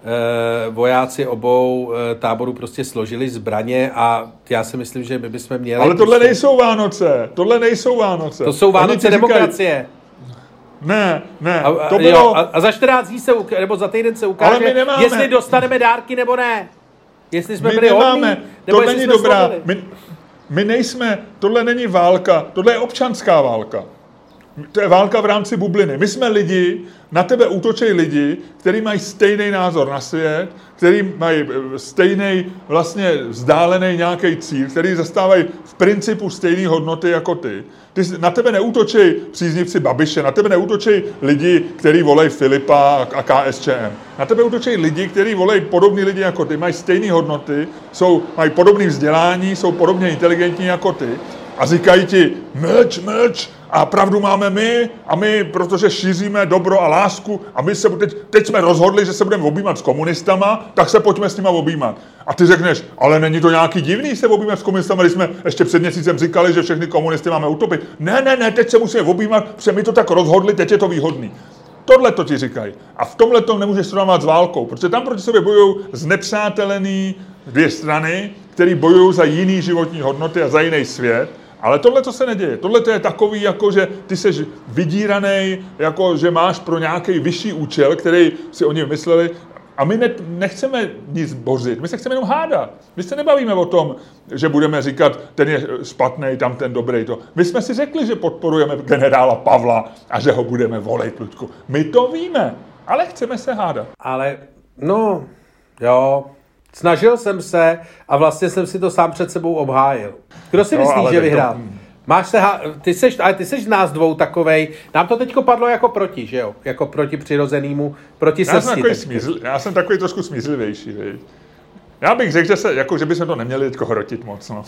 Uh, vojáci obou uh, táborů prostě složili zbraně a já si myslím, že my bychom měli... Ale tohle prostě... nejsou Vánoce, tohle nejsou Vánoce. To jsou Vánoce demokracie. Říkají... Ne, ne, a, to a, bylo... Jo, a, a za čtrnáct dní se, uka... nebo za týden se ukáže, jestli dostaneme dárky nebo ne. Jestli jsme my byli nemáme. hodní, nebo to není dobrá. My, my... my nejsme, tohle není válka, tohle je občanská válka. To je válka v rámci bubliny. My jsme lidi, na tebe útočí lidi, kteří mají stejný názor na svět, kteří mají stejný, vlastně vzdálený nějaký cíl, kteří zastávají v principu stejné hodnoty jako ty. ty. Na tebe neútočí příznivci Babiše, na tebe neútočí lidi, kteří volejí Filipa a K S Č M. Na tebe útočí lidi, kteří volejí podobní lidi jako ty, mají stejné hodnoty, jsou, mají podobné vzdělání, jsou podobně inteligentní jako ty a říkají ti mlč, mlč, a pravdu máme my a my, protože šíříme dobro a lásku a my se teď, teď jsme rozhodli, že se budeme objímat s komunistama, tak se pojďme s nima objímat. A ty řekneš, ale není to nějaký divný se objímat s komunistama, když jsme ještě před měsícem říkali, že všechny komunisty máme utopit. Ne, ne, ne, teď se musíme objímat, protože my to tak rozhodli, teď je to výhodný. Tohle to ti říkají. A v tomhle tom nemůžeš srovnávat s válkou, protože tam proti sobě bojují znepřátelený dvě strany, které bojují za jiný životní hodnoty a za jiný svět. Ale tohle to se neděje. Tohle to je takový, jako že ty seš vydíranej, jako že máš pro nějaký vyšší účel, který si oni vymysleli. A my ne, nechceme nic bořit, my se chceme jenom hádat. My se nebavíme o tom, že budeme říkat, ten je špatný, tam ten dobrý. To. My jsme si řekli, že podporujeme generála Pavla a že ho budeme volit, Luďku. My to víme, ale chceme se hádat. Ale, no, jo... Snažil jsem se a vlastně jsem si to sám před sebou obhájil. Kdo si no, myslí, že vyhrál? To... Máš se ha... ty seš, ale ty seš z nás dvou takovej. Nám to teďko padlo jako proti, že jo? Jako proti přirozenému, proti já jsem, smízl... já jsem takový trošku smířlivější, viď? Já bych řekl, že, se, jako, že by se to neměli teďko hrotit moc, no.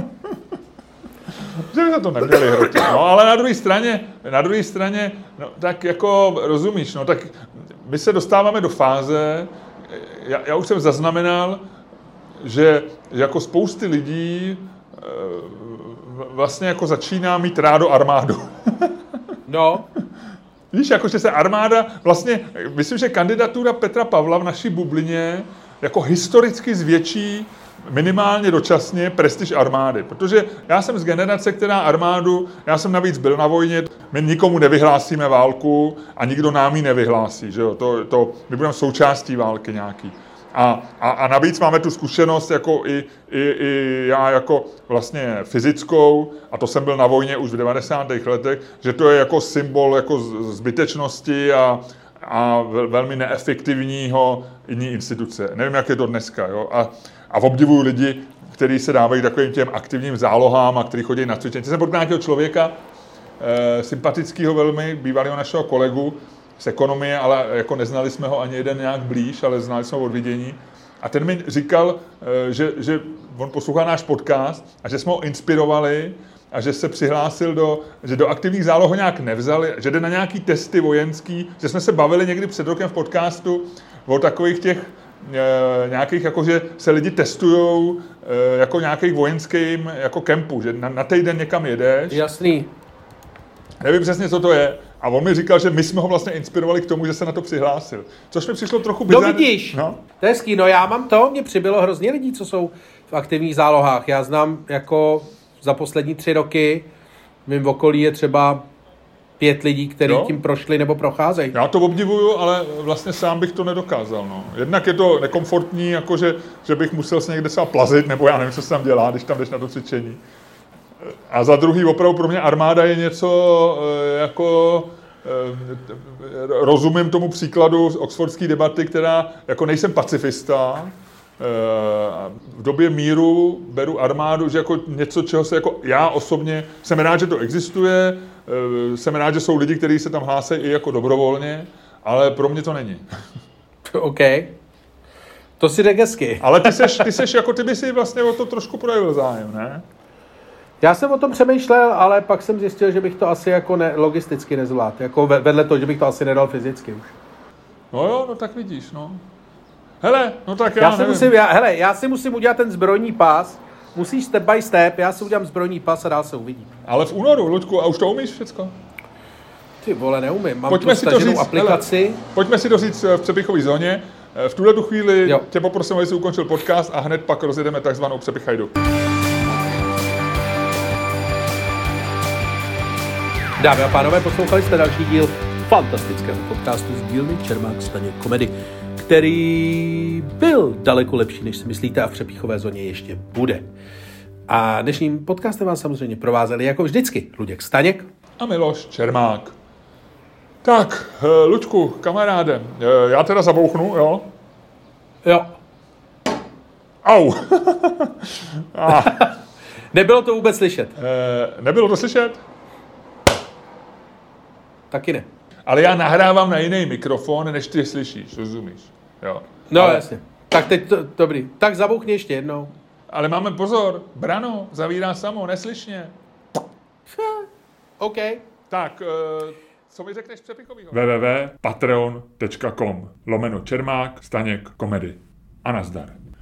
Že by se to neměli hrotit, no, ale na druhé straně, na druhé straně, no, tak jako rozumíš, no, tak my se dostáváme do fáze, Já, já už jsem zaznamenal, že jako spousty lidí e, vlastně jako začíná mít rádo armádu. No. Víš, jakože se armáda, vlastně, myslím, že kandidatura Petra Pavla v naší bublině jako historicky zvětší minimálně dočasně prestiž armády. Protože já jsem z generace, která armádu, já jsem navíc byl na vojně, my nikomu nevyhlásíme válku a nikdo nám ji nevyhlásí. Že jo? To, to, my budeme součástí války nějaký. A, a, a navíc máme tu zkušenost jako i, i, i já jako vlastně fyzickou, a to jsem byl na vojně už v devadesátých letech, že to je jako symbol jako zbytečnosti a, a velmi neefektivního jiný instituce. Nevím, jak je to dneska. Jo? A, a obdivuju lidi, kteří se dávají takovým těm aktivním zálohám a kteří chodí na cvičení. Jsem potkal nějakého člověka, e, sympatického velmi, bývalého našeho kolegu z ekonomie, ale jako neznali jsme ho ani jeden nějak blíž, ale znali jsme ho od vidění. A ten mi říkal, e, že, že on poslouchá náš podcast a že jsme ho inspirovali a že se přihlásil do, že do aktivních záloh ho nějak nevzali, že jde na nějaký testy vojenský, že jsme se bavili někdy před rokem v podcastu o takových těch e, nějakých, jako že se lidi testujou e, jako nějakých vojenským jako kempu, že na, na týden někam jedeš. Jasný. Nevím přesně, co to je. A on mi říkal, že my jsme ho vlastně inspirovali k tomu, že se na to přihlásil. Což mi přišlo trochu bizarní. No vidíš, no. To je hezký. No já mám to, mně přibylo hrozně lidí, co jsou v aktivních zálohách. Já znám jako za poslední tři roky, v mém okolí je třeba pět lidí, kteří jo? tím prošli nebo procházejí. Já to obdivuju, ale vlastně sám bych to nedokázal. No. Jednak je to nekomfortní, jakože, že bych musel se někde třeba plazit, nebo já nevím, co se tam dělá, když tam jdeš na to cvičení. A za druhý, opravdu pro mě armáda je něco jako... Rozumím tomu příkladu z oxfordské debaty, která, jako nejsem pacifista, v době míru beru armádu, že jako něco, čeho se jako já osobně jsem rád, že to existuje, jsem rád, že jsou lidi, kteří se tam hlásí i jako dobrovolně, ale pro mě to není. OK. To si jde hezky. Ale ty seš, ty seš jako ty by si vlastně o to trošku projevil zájem, ne? Já jsem o tom přemýšlel, ale pak jsem zjistil, že bych to asi jako ne, logisticky nezvládl. Jako vedle toho, že bych to asi nedal fyzicky už. No jo, no tak vidíš, no. Hele, no tak já, já si nevím. musím, já, hele, já si musím udělat ten zbrojní pás. Musíš step by step, já si udělám zbrojní pás a dál se uvidí. Ale v únoru, Luďku, a už to umíš všecko? Ty vole, neumím. Mám pojďme tu staženou říct, aplikaci. Hele, pojďme si to říct v přepichové zóně. V tuhle tu chvíli jo. tě poprosím, aby si ukončil podcast a hned pak rozjedeme takzvanou přepichajdu. Dámy a pánové, poslouchali jste další díl fantastického podcastu z dílny Čermák Staněk Komedy, který byl daleko lepší, než si myslíte, a v přepíchové zóně ještě bude. A dnešním podcastem vás samozřejmě provázeli jako vždycky Luděk Staněk a Miloš Čermák. Tak, Luďku, kamaráde, já teda zabouchnu, jo? Jo. Au. ah. Nebylo to vůbec slyšet. E, nebylo to slyšet? Taky ne. Ale já nahrávám na jiný mikrofon, než ty slyšíš, rozumíš? Jo. No ale... jasně. Tak teď to, dobrý. Tak zabouchni ještě jednou. Ale máme pozor, brano zavírá samo, neslyšně. OK. Tak, uh, co mi řekneš přepichovýho? w w w tečka patreon tečka com lomeno Čermák Staněk Komedy. A nazdar.